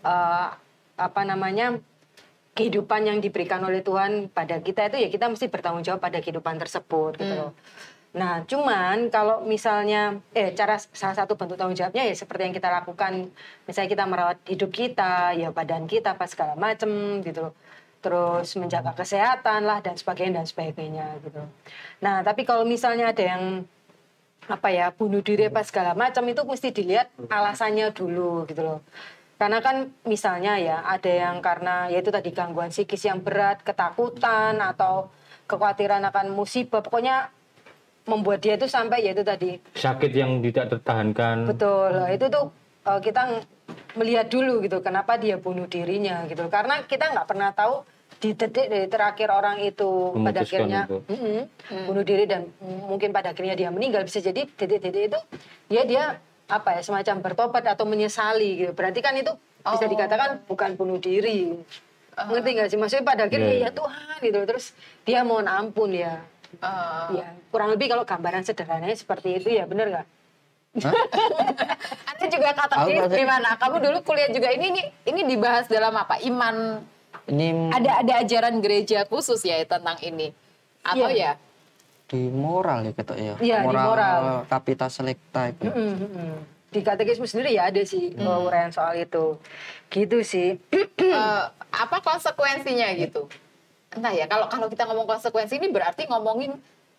kehidupan yang diberikan oleh Tuhan pada kita itu ya kita mesti bertanggung jawab pada kehidupan tersebut gitu loh. Nah, cuman kalau misalnya salah satu bentuk tanggung jawabnya ya seperti yang kita lakukan, misalnya kita merawat hidup kita, ya badan kita apa segala macem gitu loh. Terus menjaga kesehatan lah dan sebagainya gitu. Nah, tapi kalau misalnya ada yang bunuh diri apa segala macam itu mesti dilihat alasannya dulu gitu loh. Karena kan misalnya ya ada yang karena yaitu tadi gangguan psikis yang berat, ketakutan atau kekhawatiran akan musibah, pokoknya membuat dia itu sampai yaitu tadi sakit yang tidak tertahankan. Betul, itu tuh kita melihat dulu gitu kenapa dia bunuh dirinya gitu. Karena kita nggak pernah tahu di detik dari terakhir orang itu pada akhirnya bunuh diri dan mungkin pada akhirnya dia meninggal, bisa jadi detik-detik itu dia semacam bertobat atau menyesali gitu. Berarti kan itu bisa dikatakan bukan bunuh diri. Ngerti nggak sih? Maksudnya pada akhirnya ya Tuhan gitu, terus dia mohon ampun ya. Ya kurang lebih kalau gambaran sederhananya seperti itu ya, bener nggak? Ada juga kata gimana? Kamu dulu kuliah juga ini dibahas dalam apa? Iman. Ini ada ajaran gereja khusus ya tentang ini atau ya di moral ya gitu ya. Iya, di moral. Capita Selecta itu. Di katekisme sendiri ya ada sih uraian soal itu. Gitu sih. Apa konsekuensinya gitu? Entah ya, kalau kita ngomong konsekuensi ini berarti ngomongin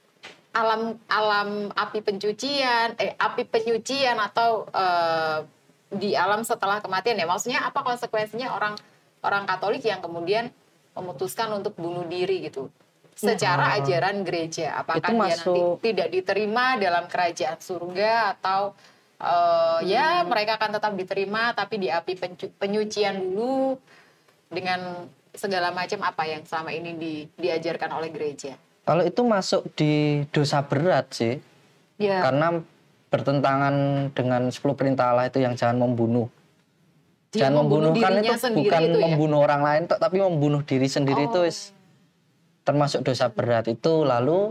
alam api penyucian atau di alam setelah kematian ya. Maksudnya apa konsekuensinya orang Katolik yang kemudian memutuskan untuk bunuh diri gitu secara ajaran gereja, apakah dia nanti tidak diterima dalam kerajaan surga atau ya mereka akan tetap diterima tapi di api penyucian dulu dengan segala macam apa yang selama ini diajarkan oleh gereja. Kalau itu masuk di dosa berat sih, karena bertentangan dengan 10 perintah Allah itu yang jangan membunuh. Jangan membunuh kan itu bukan itu membunuh orang lain tapi membunuh diri sendiri itu termasuk dosa berat itu. Lalu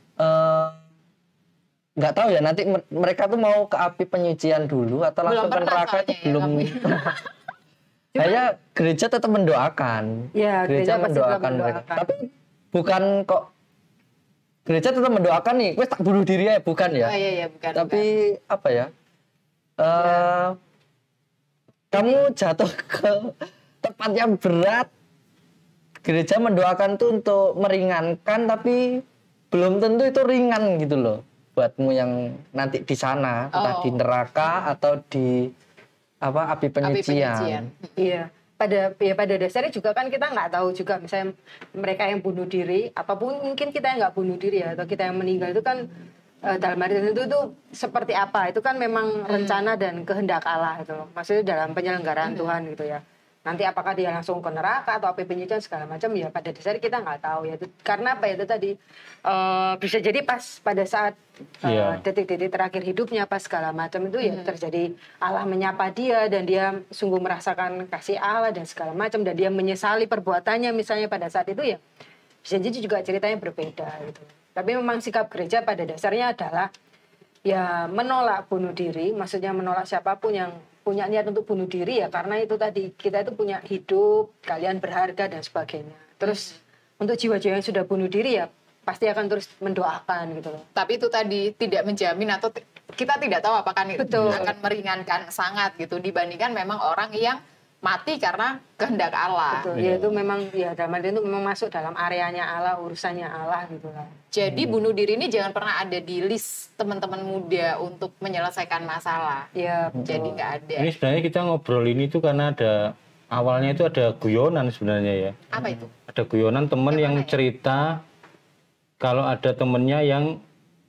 nggak tahu ya nanti mereka tuh mau ke api penyucian dulu atau langsung ke neraka itu belum. Saya gereja tetap mendoakan. Ya, gereja mendoakan mereka. Tapi bukan kok gereja tetap mendoakan nih, wes tak bunuh diri ya, bukan ya? Iya, bukan. Tapi apa ya? Kamu jatuh ke tempat yang berat, gereja mendoakan tuh untuk meringankan, tapi belum tentu itu ringan gitu loh buatmu yang nanti di sana, entah di neraka atau di api penyucian. Iya, pada dasarnya juga kan kita nggak tahu juga misalnya mereka yang bunuh diri, ataupun mungkin kita yang nggak bunuh diri ya, atau kita yang meninggal itu kan dalam arti itu seperti apa, itu kan memang rencana dan kehendak Allah itu loh. Maksudnya dalam penyelenggaraan Tuhan gitu ya. Nanti apakah dia langsung ke neraka atau api penyucian segala macam ya pada dasarnya kita nggak tahu ya. Karena apa itu tadi bisa jadi pas pada saat detik-detik terakhir hidupnya pas segala macam itu ya terjadi Allah menyapa dia dan dia sungguh merasakan kasih Allah dan segala macam dan dia menyesali perbuatannya misalnya pada saat itu ya bisa jadi juga ceritanya berbeda gitu. Tapi memang sikap gereja pada dasarnya adalah ya menolak bunuh diri, maksudnya menolak siapapun yang punya niat untuk bunuh diri ya karena itu tadi kita itu punya hidup, kalian berharga dan sebagainya. Terus untuk jiwa-jiwa yang sudah bunuh diri ya pasti akan terus mendoakan gitu loh. Tapi itu tadi tidak menjamin atau kita tidak tahu apakah itu akan meringankan sangat gitu dibandingkan memang orang yang mati karena kehendak Allah. Betul, ya itu memang ya dalam arti itu memang masuk dalam areanya Allah, urusannya Allah gitu lah. Jadi bunuh diri ini jangan pernah ada di list teman-teman muda untuk menyelesaikan masalah. Iya. Jadi nggak ada. Ini sebenarnya kita ngobrol ini tuh karena awalnya itu ada guyonan sebenarnya ya. Apa itu? Ada guyonan teman yang cerita kalau ada temennya yang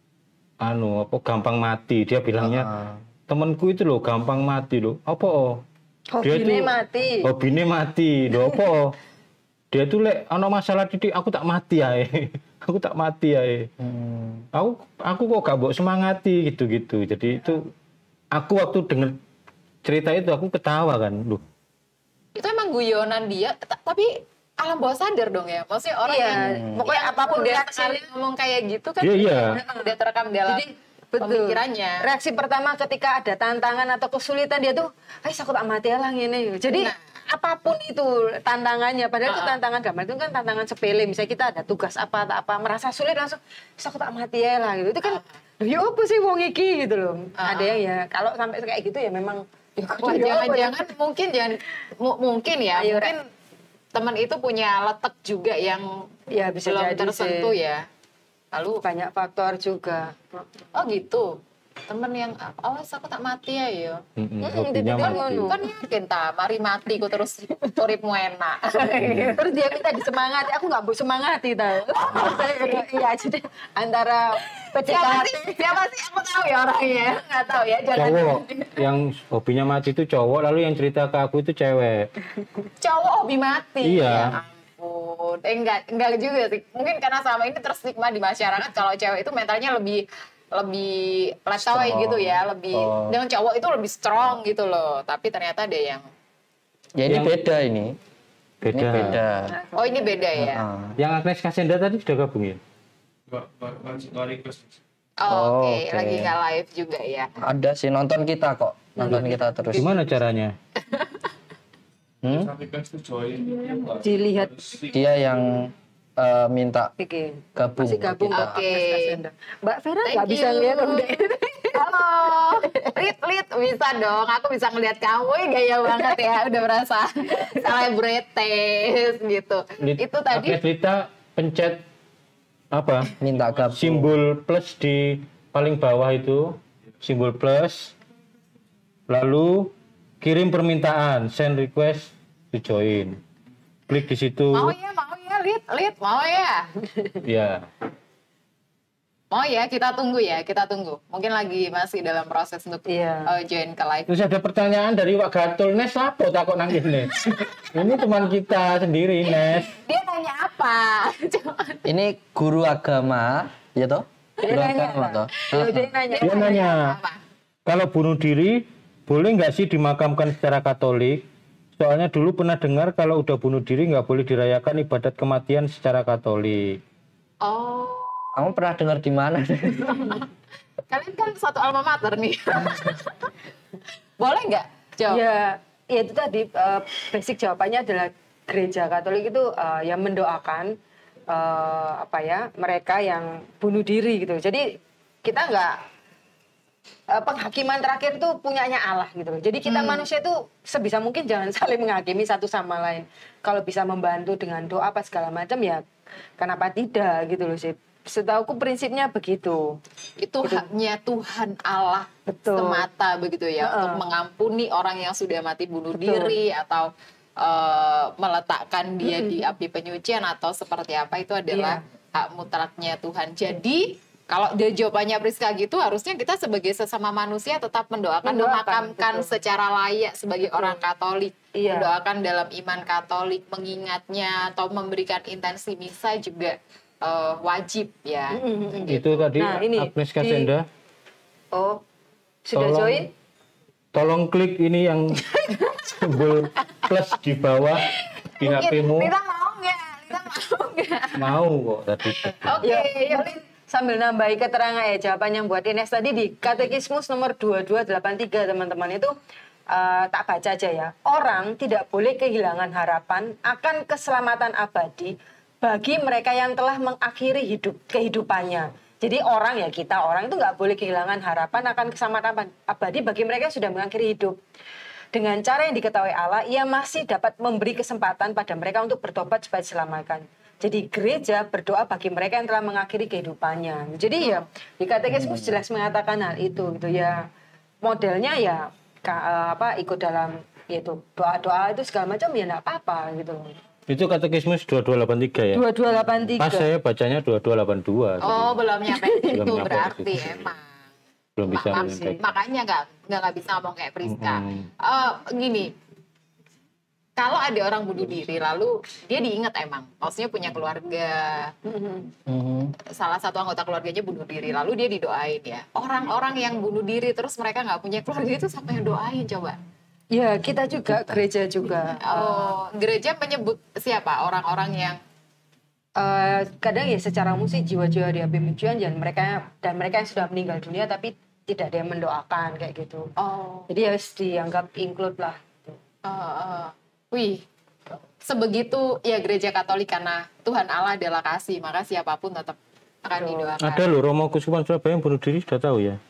gampang mati. Dia bilangnya temanku itu loh gampang mati loh. Hobine mati. Hobine mati. Lho apa? Dia tuh ana masalah titik aku tak mati ae. Aku tak mati ae. Aku kok gak mbok semangati gitu-gitu. Jadi itu aku waktu denger cerita itu aku ketawa kan. Loh. Itu emang guyonan dia tapi alam bawah sadar dong ya. Maksudnya orang yang pokoknya apapun dia sekali ngomong kayak gitu kan udah terekam dalam pemikirannya. Reaksi pertama ketika ada tantangan atau kesulitan dia tuh, aku tak mati lah ngene. Jadi apapun itu tantangannya, padahal itu tantangan gambar itu kan tantangan sepele. Misalnya kita ada tugas apa merasa sulit langsung, aku tak mati lah gitu. Itu kan, ya apa sih wong iki gitu loh. Ada yang ya kalau sampai kayak gitu ya memang. Jangan-jangan mungkin teman itu punya letak juga yang ya bisa belum tersentuh sih. ya. Lalu banyak faktor juga. oh gitu. Temen yang awas aku tak mati ya yo. Hobinya mati. Kan yakin ta mari mati ku terus uripmu enak. Terus dia minta disemangati, aku nggak mau semangati tau. Iya, jadi antara Siapa sih aku tahu ya orangnya. Enggak tahu ya jangan. Cowok yang hobinya mati itu cowok, lalu yang cerita ke aku itu cewek. Cowok hobi mati. Iya. Ya ampun. Enggak juga sih. Mungkin karena selama ini terstigma di masyarakat kalau cewek itu mentalnya lebih letoy gitu ya, lebih dengan cowok itu lebih strong gitu loh. Tapi ternyata ada yang Ya ini beda ini. Beda. Ini beda. oh ini beda ya. Yang Agnes Kasenda tadi sudah gabungin? Oh, Oh, Oke, oke. lagi nggak live juga ya. Ada sih nonton kita kok. Nonton kita terus. Gimana caranya? dilihat Dia yang minta Oke. gabung. Masih gabung kita. Oke. Mbak Vera Thank nggak bisa you. lihat loh. Halo, Lit, bisa dong. Aku bisa ngeliat kamu, gaya banget ya. Udah merasa selebritis gitu. Itu tadi Agnes Lita pencet apa? Minta gabung. Simbol plus di paling bawah itu, simbol plus. Lalu kirim permintaan, send request to join. Klik di situ. mau ya, Lit, mau ya. Ya. Mau ya, kita tunggu ya, kita tunggu. Mungkin lagi masih dalam proses untuk Iya. join ke live. Terus ada pertanyaan dari Wak Gatul, Nes apa takut nangis Nes? Ini teman kita sendiri Nes. Dia nanya apa? Ini guru agama, ya toh? Guru agama toh. Dia nanya. Dia nanya, Apa? kalau bunuh diri boleh nggak sih dimakamkan secara Katolik? Soalnya dulu pernah dengar kalau udah bunuh diri nggak boleh dirayakan ibadat kematian secara Katolik. Oh, Kamu pernah dengar di mana? kalian kan satu alma mater nih. Boleh nggak, Jo? Ya itu tadi basic jawabannya adalah gereja Katolik itu yang mendoakan mereka yang bunuh diri gitu. Jadi kita nggak penghakiman terakhir itu punyanya Allah gitu loh. Jadi kita manusia itu sebisa mungkin jangan saling menghakimi satu sama lain. Kalau bisa membantu dengan doa apa segala macam ya kenapa tidak gitu loh sih. Setauku prinsipnya begitu. Itu haknya Tuhan Allah Betul. semata begitu ya untuk mengampuni orang yang sudah mati bunuh Betul. diri atau meletakkan dia di api penyucian atau seperti apa itu adalah hak mutlaknya Tuhan. Jadi kalau dari jawabannya Priska gitu harusnya kita sebagai sesama manusia tetap mendoakan memakamkan betul. secara layak sebagai orang Katolik. Iya. Mendoakan dalam iman Katolik, mengingatnya atau memberikan intensi misa juga wajib ya. Itu tadi Nah, ini Agnes Kasenda. Oh, sudah Tolong- join? Tolong klik ini yang simbol plus di bawah di HP-mu. Kita mau nggak? Kita mau nggak? Mau kok tadi. Oke, yuk. Sambil nambahi keterangan jawaban yang buat Ines tadi di Katekismus nomor 2283 teman-teman itu tak baca aja ya. Orang tidak boleh kehilangan harapan akan keselamatan abadi bagi mereka yang telah mengakhiri kehidupannya. Jadi orang ya kita orang itu nggak boleh kehilangan harapan akan keselamatan abadi bagi mereka yang sudah mengakhiri hidup. Dengan cara yang diketahui Allah, ia masih dapat memberi kesempatan pada mereka untuk bertobat supaya diselamatkan. Jadi gereja berdoa bagi mereka yang telah mengakhiri kehidupannya. Jadi ya di Katekismus jelas mengatakan hal itu gitu ya. Modelnya ya ikut dalam yaitu doa-doa itu segala macam ya enggak apa-apa gitu. Itu Katekismus 2283 ya? 2283. Pas saya bacanya 2282. Oh, belum nyampe Belum itu nyampe berarti ke situ. emang. Belum bisa menyampaikan. Makanya nggak bisa ngomong kayak Priska. Gini, kalau ada orang bunuh diri lalu dia diingat emang, maksudnya punya keluarga, salah satu anggota keluarganya bunuh diri lalu dia didoain ya. Orang-orang yang bunuh diri terus mereka nggak punya keluarga itu siapa yang doain coba? Ya kita juga gereja juga. Oh, gereja menyebut siapa orang-orang yang Kadang ya secara musik jiwa-jiwa di api penyucian dan mereka yang sudah meninggal dunia tapi tidak ada yang mendoakan kayak gitu. Jadi harus dianggap include lah. Wih, sebegitu ya gereja Katolik karena Tuhan Allah adalah kasih, maka siapapun tetap akan didoakan. Ada loh Romo Kuskupan Surabaya yang bunuh diri sudah tahu ya?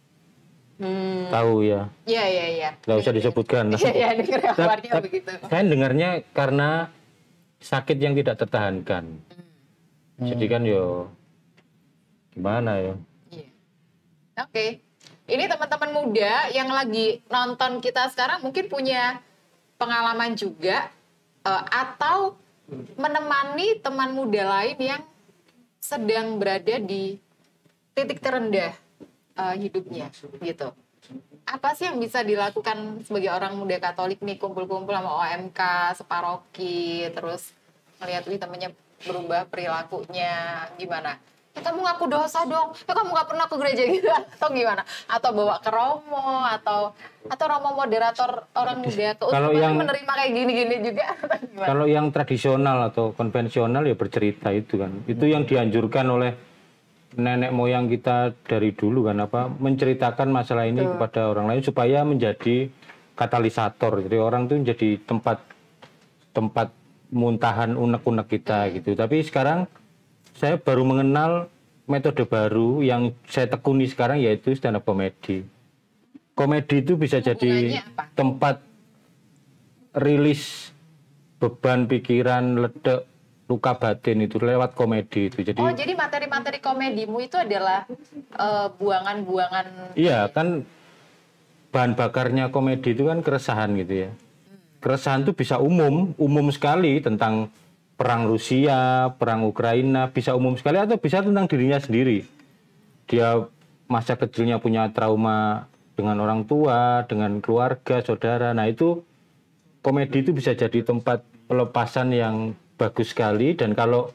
Tahu ya? Iya. Nggak usah disebutkan. Iya, dengar kabarnya Tapi- begitu. Saya dengarnya karena sakit yang tidak tertahankan. Jadi kan gimana ya? Iya. Oke. Ini teman-teman muda yang lagi nonton kita sekarang mungkin punya pengalaman juga atau menemani teman muda lain yang sedang berada di titik terendah hidupnya gitu. Apa sih yang bisa dilakukan sebagai orang muda Katolik nih, kumpul-kumpul sama OMK, separoki, terus ngeliat temennya berubah perilakunya gimana? Ya kamu ngaku dosa dong, ya kamu nggak pernah ke gereja gitu, atau gimana? Atau bawa ke Romo, atau Romo moderator orang muda, kalau yang menerima kayak gini-gini juga, atau gimana? Kalau yang tradisional atau konvensional ya bercerita itu kan, itu yang dianjurkan oleh nenek moyang kita dari dulu kan, menceritakan masalah ini kepada orang lain supaya menjadi katalisator, jadi orang tuh menjadi tempat muntahan unek-unek kita gitu. Tapi sekarang saya baru mengenal metode baru yang saya tekuni sekarang, yaitu stand up comedy. Komedi itu bisa jadi tempat rilis beban pikiran, ledek luka batin itu lewat komedi itu. Jadi materi-materi komedimu itu adalah buangan-buangan. Iya kan, bahan bakarnya komedi itu kan keresahan gitu ya. Keresahan itu bisa umum sekali, tentang perang Rusia, perang Ukraina, bisa umum sekali, atau bisa tentang dirinya sendiri. Dia masa kecilnya punya trauma dengan orang tua, dengan keluarga, saudara. Nah itu komedi itu bisa jadi tempat pelepasan yang bagus sekali, dan kalau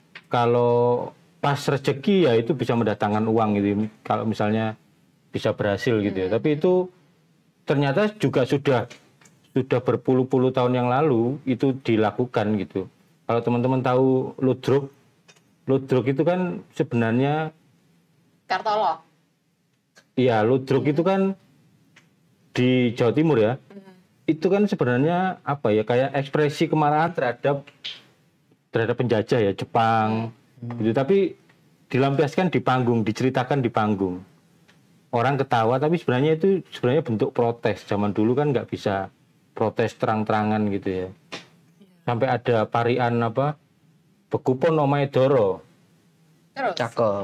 pas rezeki ya itu bisa mendatangkan uang gitu. Kalau misalnya bisa berhasil gitu ya. Tapi itu ternyata juga sudah berpuluh-puluh tahun yang lalu itu dilakukan gitu. Kalau teman-teman tahu Ludruk itu kan sebenarnya Kartolo. Iya, Ludruk itu kan di Jawa Timur ya. Itu kan sebenarnya kayak ekspresi kemarahan terhadap penjajah ya, Jepang. Gitu. Tapi dilampiaskan di panggung, diceritakan di panggung. Orang ketawa, tapi sebenarnya itu bentuk protes. Zaman dulu kan nggak bisa protes terang-terangan gitu ya. Sampai ada parian Bekupon omahe Doro. Terus? Cakep.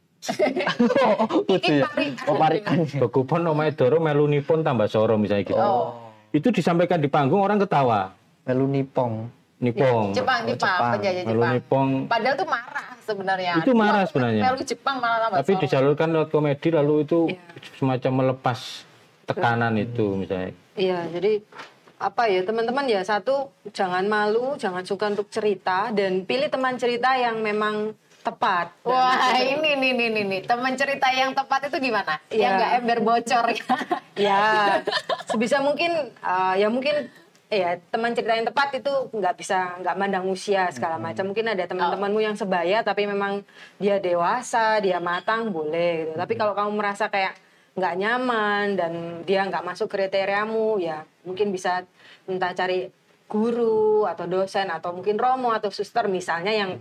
Parian. Bekupon omahe Doro melu nipon tambah soro misalnya gitu. Itu disampaikan di panggung, orang ketawa. Melu nipong. Jepang, penjajah Melu Jepang. nipong. Padahal tuh marah sebenarnya. Itu marah sebenarnya. Melu Jepang malah tambah Tapi soro. disalurkan lewat komedi, lalu itu semacam melepas tekanan itu misalnya. Iya, jadi teman-teman ya, satu, jangan malu, jangan suka untuk cerita, dan pilih teman cerita yang memang tepat. Wah, ini teman cerita yang tepat itu gimana? Ya. Yang nggak ember bocor ya. Ya, sebisa mungkin teman cerita yang tepat itu nggak mandang usia segala macam. Mungkin ada teman-temanmu yang sebaya tapi memang dia dewasa, dia matang, boleh gitu. Tapi kalau kamu merasa kayak nggak nyaman dan dia nggak masuk kriteriamu, ya mungkin bisa entah cari guru atau dosen atau mungkin romo atau suster misalnya yang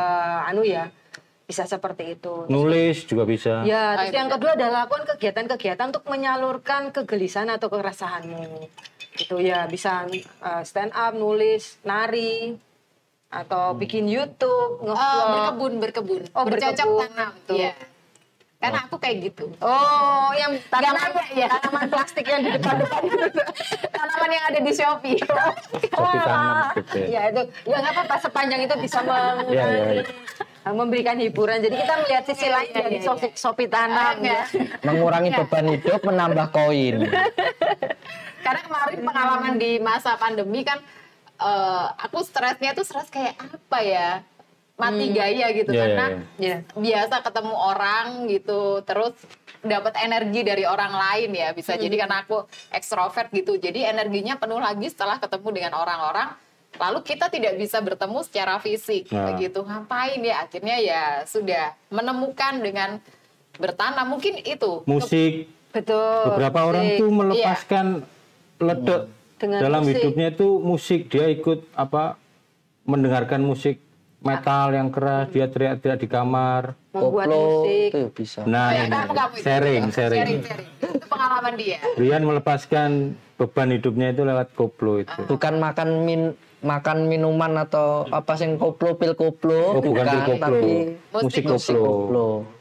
bisa seperti itu. Nulis juga bisa. Ya, terus yang kedua adalah lakukan kegiatan-kegiatan untuk menyalurkan kegelisahan atau keresahanmu. Itu ya, bisa stand up, nulis, nari, atau bikin YouTube, ngevlog. Berkebun. Oh, bercocok berkebun. tanam tuh. Iya. Karena aku kayak gitu. Oh, yang tanaman plastik yang di depan-depan. Tanaman yang ada di Shopee. Kopi tanam gitu ya. Ya itu, ya nggak apa-apa, sepanjang itu bisa memberikan hiburan. Jadi kita melihat sisi lain dari Shopee tanam. Mengurangi beban hidup, menambah koin. Karena kemarin pengalaman di masa pandemi kan, aku stresnya tuh stres kayak apa ya? Mati gaya gitu, karena biasa ketemu orang gitu, terus dapat energi dari orang lain ya, bisa jadi karena aku ekstrovert gitu, jadi energinya penuh lagi setelah ketemu dengan orang-orang, lalu kita tidak bisa bertemu secara fisik gitu, ngapain ya, akhirnya ya sudah menemukan dengan bertanam, mungkin itu musik. Betul. Beberapa orang tuh melepaskan ledek dalam musik. Hidupnya itu musik, dia ikut mendengarkan musik metal yang keras, dia teriak-teriak di kamar. Membuat musik. Itu bisa. Nah, sharing. Itu pengalaman dia. Rian melepaskan beban hidupnya itu lewat koplo itu. Bukan makan minuman atau apa sih, koplo, pil koplo. Oh, bukan pil koplo. Tapi musik koplo.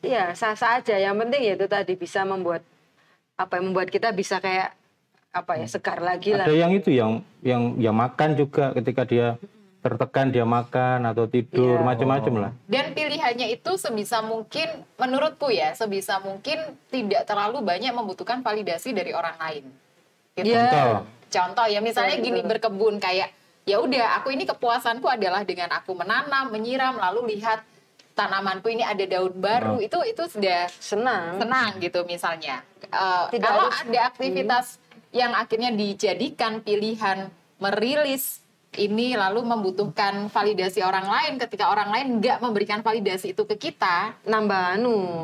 Iya, sah-sah aja. Yang penting ya itu tadi bisa membuat kita bisa kayak segar lagi lah. Ada yang itu yang makan juga ketika dia tertekan dia makan atau tidur macam-macam lah. Dan pilihannya itu sebisa mungkin menurutku ya sebisa mungkin tidak terlalu banyak membutuhkan validasi dari orang lain. Gitu. Contoh ya misalnya gini berkebun kayak ya udah aku ini kepuasanku adalah dengan aku menanam, menyiram lalu lihat tanamanku ini ada daun baru itu sudah senang gitu misalnya. Kalau ada aktivitas yang akhirnya dijadikan pilihan merilis ini lalu membutuhkan validasi orang lain ketika orang lain nggak memberikan validasi itu ke kita nambah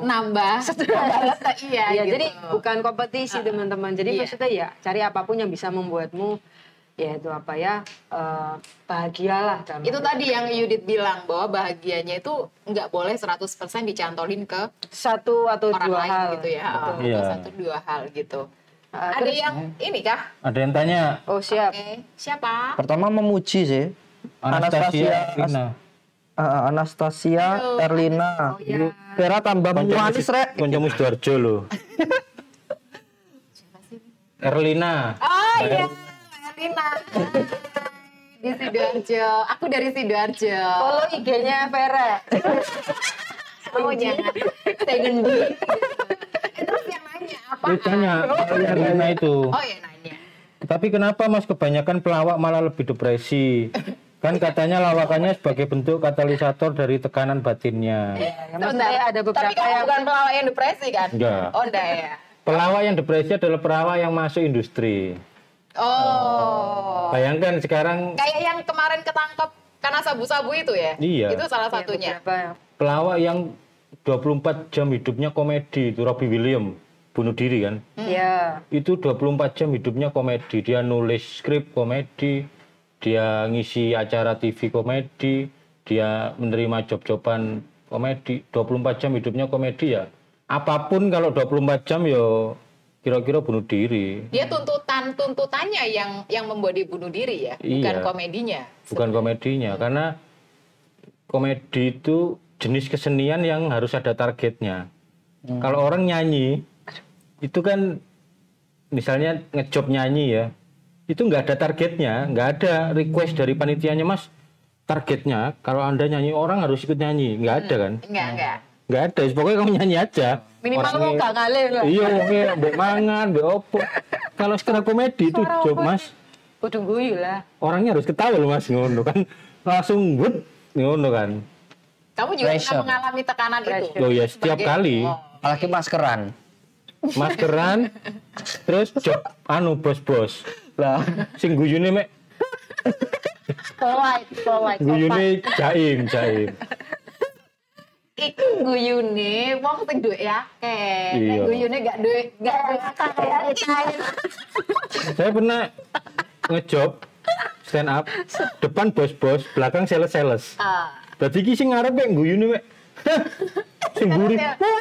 iya gitu. Jadi bukan kompetisi teman-teman jadi maksudnya ya cari apapun yang bisa membuatmu yaitu bahagialah itu tadi yang Yudit bilang bahwa bahagianya itu nggak boleh 100% dicantolin ke satu atau orang dua lain hal gitu ya atau 1-2 hal gitu. Ada yang ini kah? Ada yang tanya. Oh siap. Okay. Siapa? Pertama memuji sih. Anastasia Erlina. Vera tambah manis rek. Koncomu Sidoarjo lho. Erlina. Oh iya, Erlina. Di Sidoarjo. Aku dari Sidoarjo. Follow IG-nya Vera. Oh jangan. Tegendi. Terus yang nanya apa? Tanya Erlina itu. Oh ya nanya. Tapi kenapa Mas kebanyakan pelawak malah lebih depresi? Kan katanya lawakannya sebagai bentuk katalisator dari tekanan batinnya. Sebentar, ada beberapa tapi yang bukan pelawak yang depresi kan? Enggak. Oh enggak ya. Pelawak yang depresi adalah pelawak yang masuk industri. Oh. Bayangkan sekarang kayak yang kemarin ketangkep karena sabu-sabu itu ya? Iya. Itu salah satunya. Pelawak yang 24 jam hidupnya komedi itu Robbie Williams bunuh diri kan? Iya. Itu 24 jam hidupnya komedi. Dia nulis skrip komedi, dia ngisi acara TV komedi, dia menerima job-joban komedi. 24 jam hidupnya komedi ya. Apapun kalau 24 jam ya kira-kira bunuh diri. Dia tuntutannya yang membuat dia bunuh diri ya, bukan komedinya. Bukan komedinya, karena komedi itu jenis kesenian yang harus ada targetnya. Kalau orang nyanyi, itu kan misalnya ngejob nyanyi ya, itu nggak ada targetnya, nggak ada request dari panitianya, Mas, targetnya kalau Anda nyanyi orang harus ikut nyanyi, nggak ada kan? Nggak ada, pokoknya kamu nyanyi aja. Minimal mau gak ngalir lah. Iya, oke, mbok mangan, mbok opo. Kalau sekarang komedi itu job, Mas. Kudu guyu lah. Orangnya harus ketawa loh, Mas, ngono kan. Langsung gut ngono kan. Kamu juga pernah mengalami tekanan itu? Oh ya, setiap kali. Apalagi maskeran. Terus job bos-bos. Lah, sing guyune mek. Polite. Guyune jaim. Iku guyune wong sing duwe akeh. Nek guyune gak duwe akeh. Saya pernah ngejob stand up depan bos-bos, belakang sales. Dadi iki sing ngarep mek guyune mek. Sing mburi.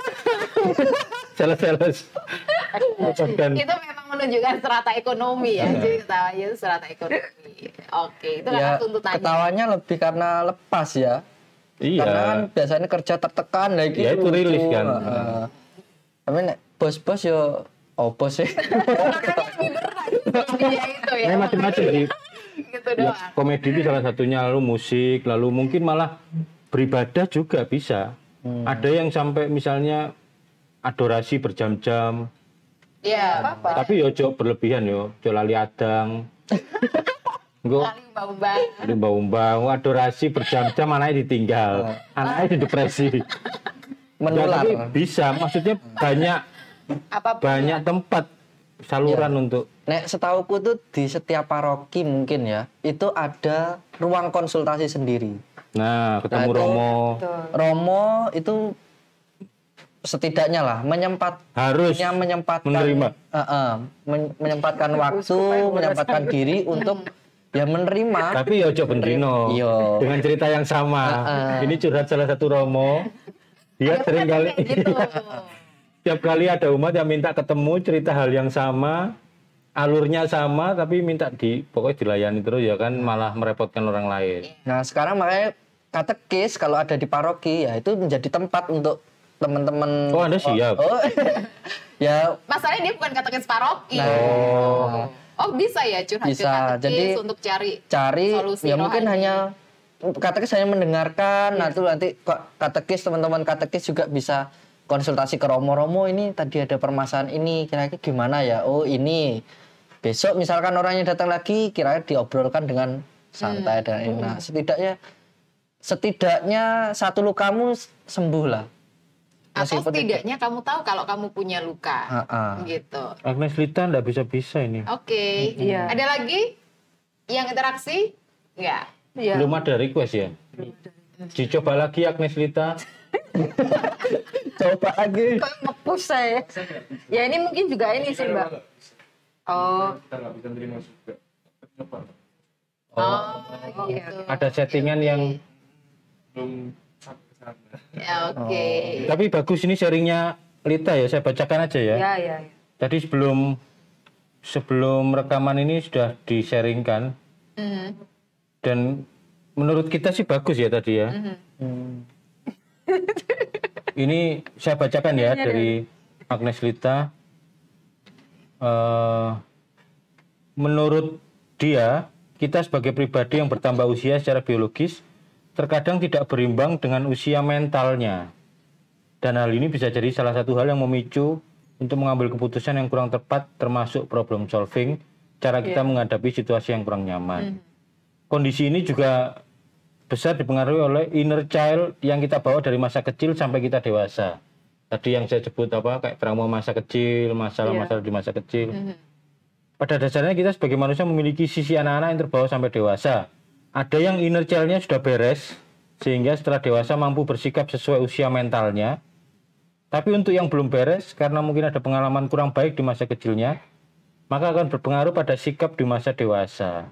Sales. Itu memang menunjukkan strata ekonomi ya. Jadi ketawanya itu strata ekonomi. Oke, itu karena tuntutannya. Ketawanya lebih karena lepas ya. Iya. Karena kan biasanya kerja tertekan lagi. Ya itu rilis kan. Tapi nek bos-bos yo opo sih? Iya itu ya. Macam-macam sih. Gitu doang. Komedi itu salah satunya, lalu musik, lalu mungkin malah beribadah juga bisa. Ada yang sampai misalnya adorasi berjam-jam. Iya, apa-apa. Tapi yo ojo berlebihan yo, ojo lali adang. Lali umbang-umbang, adorasi berjam-jam anaknya ditinggal. Anaknya depresi. Menular. Tapi bisa, maksudnya banyak tempat saluran untuk. Nek setauku tuh di setiap paroki mungkin ya, itu ada ruang konsultasi sendiri. Nah, ketemu Romo itu setidaknya lah harusnya menyempatkan menerima. Menyempatkan waktu, menyempatkan diri untuk ya menerima. Tapi ya ojo bendino. Dengan cerita yang sama. Ini curhat salah satu Romo. Dia sering kali gitu. Tiap kali ada umat yang minta ketemu cerita hal yang sama, alurnya sama, tapi minta pokoknya dilayani terus ya kan, malah merepotkan orang lain. Nah sekarang makanya katekis kalau ada di paroki ya itu menjadi tempat untuk teman-teman. Oh, Anda siap. Ya. Masalahnya dia bukan katekis paroki. Oh, bisa ya curhat ke Bisa. katekis Jadi untuk cari solusi ya rohani. Mungkin hanya katekis hanya mendengarkan. Nah, itu nanti katekis, teman-teman katekis juga bisa konsultasi ke romo-romo, ini tadi ada permasalahan ini, kira-kira gimana ya? Oh, ini. Besok misalkan orangnya datang lagi, kira-kira diobrolkan dengan santai dan enak. Setidaknya satu lukamu sembuh lah. Atau setidaknya kamu tahu kalau kamu punya luka. Gitu. Agnes Lita enggak bisa-bisa ini. Oke. Ada lagi yang interaksi? Enggak. Belum ada request ya? Dicoba lagi Agnes Lita. Coba lagi. Kok nge-push saya? Ya ini mungkin juga ini sih, Mbak. Kita nggak bisa terima juga. Gitu. Ada settingan yang belum ya, oke. Tapi bagus ini sharingnya Lita ya, saya bacakan aja ya. Ya. Tadi sebelum rekaman ini sudah di-sharingkan. Dan menurut kita sih bagus ya tadi ya. Ini saya bacakan ya dari Agnes Lita. Menurut dia, kita sebagai pribadi yang bertambah usia secara biologis terkadang tidak berimbang dengan usia mentalnya. Dan hal ini bisa jadi salah satu hal yang memicu untuk mengambil keputusan yang kurang tepat, termasuk problem solving, cara kita menghadapi situasi yang kurang nyaman. Kondisi ini juga besar dipengaruhi oleh inner child yang kita bawa dari masa kecil sampai kita dewasa. Tadi yang saya sebut kayak trauma masa kecil, masalah-masalah di masa kecil. Pada dasarnya kita sebagai manusia memiliki sisi anak-anak yang terbawa sampai dewasa. Ada yang inner child-nya sudah beres, sehingga setelah dewasa mampu bersikap sesuai usia mentalnya. Tapi untuk yang belum beres, karena mungkin ada pengalaman kurang baik di masa kecilnya, maka akan berpengaruh pada sikap di masa dewasa.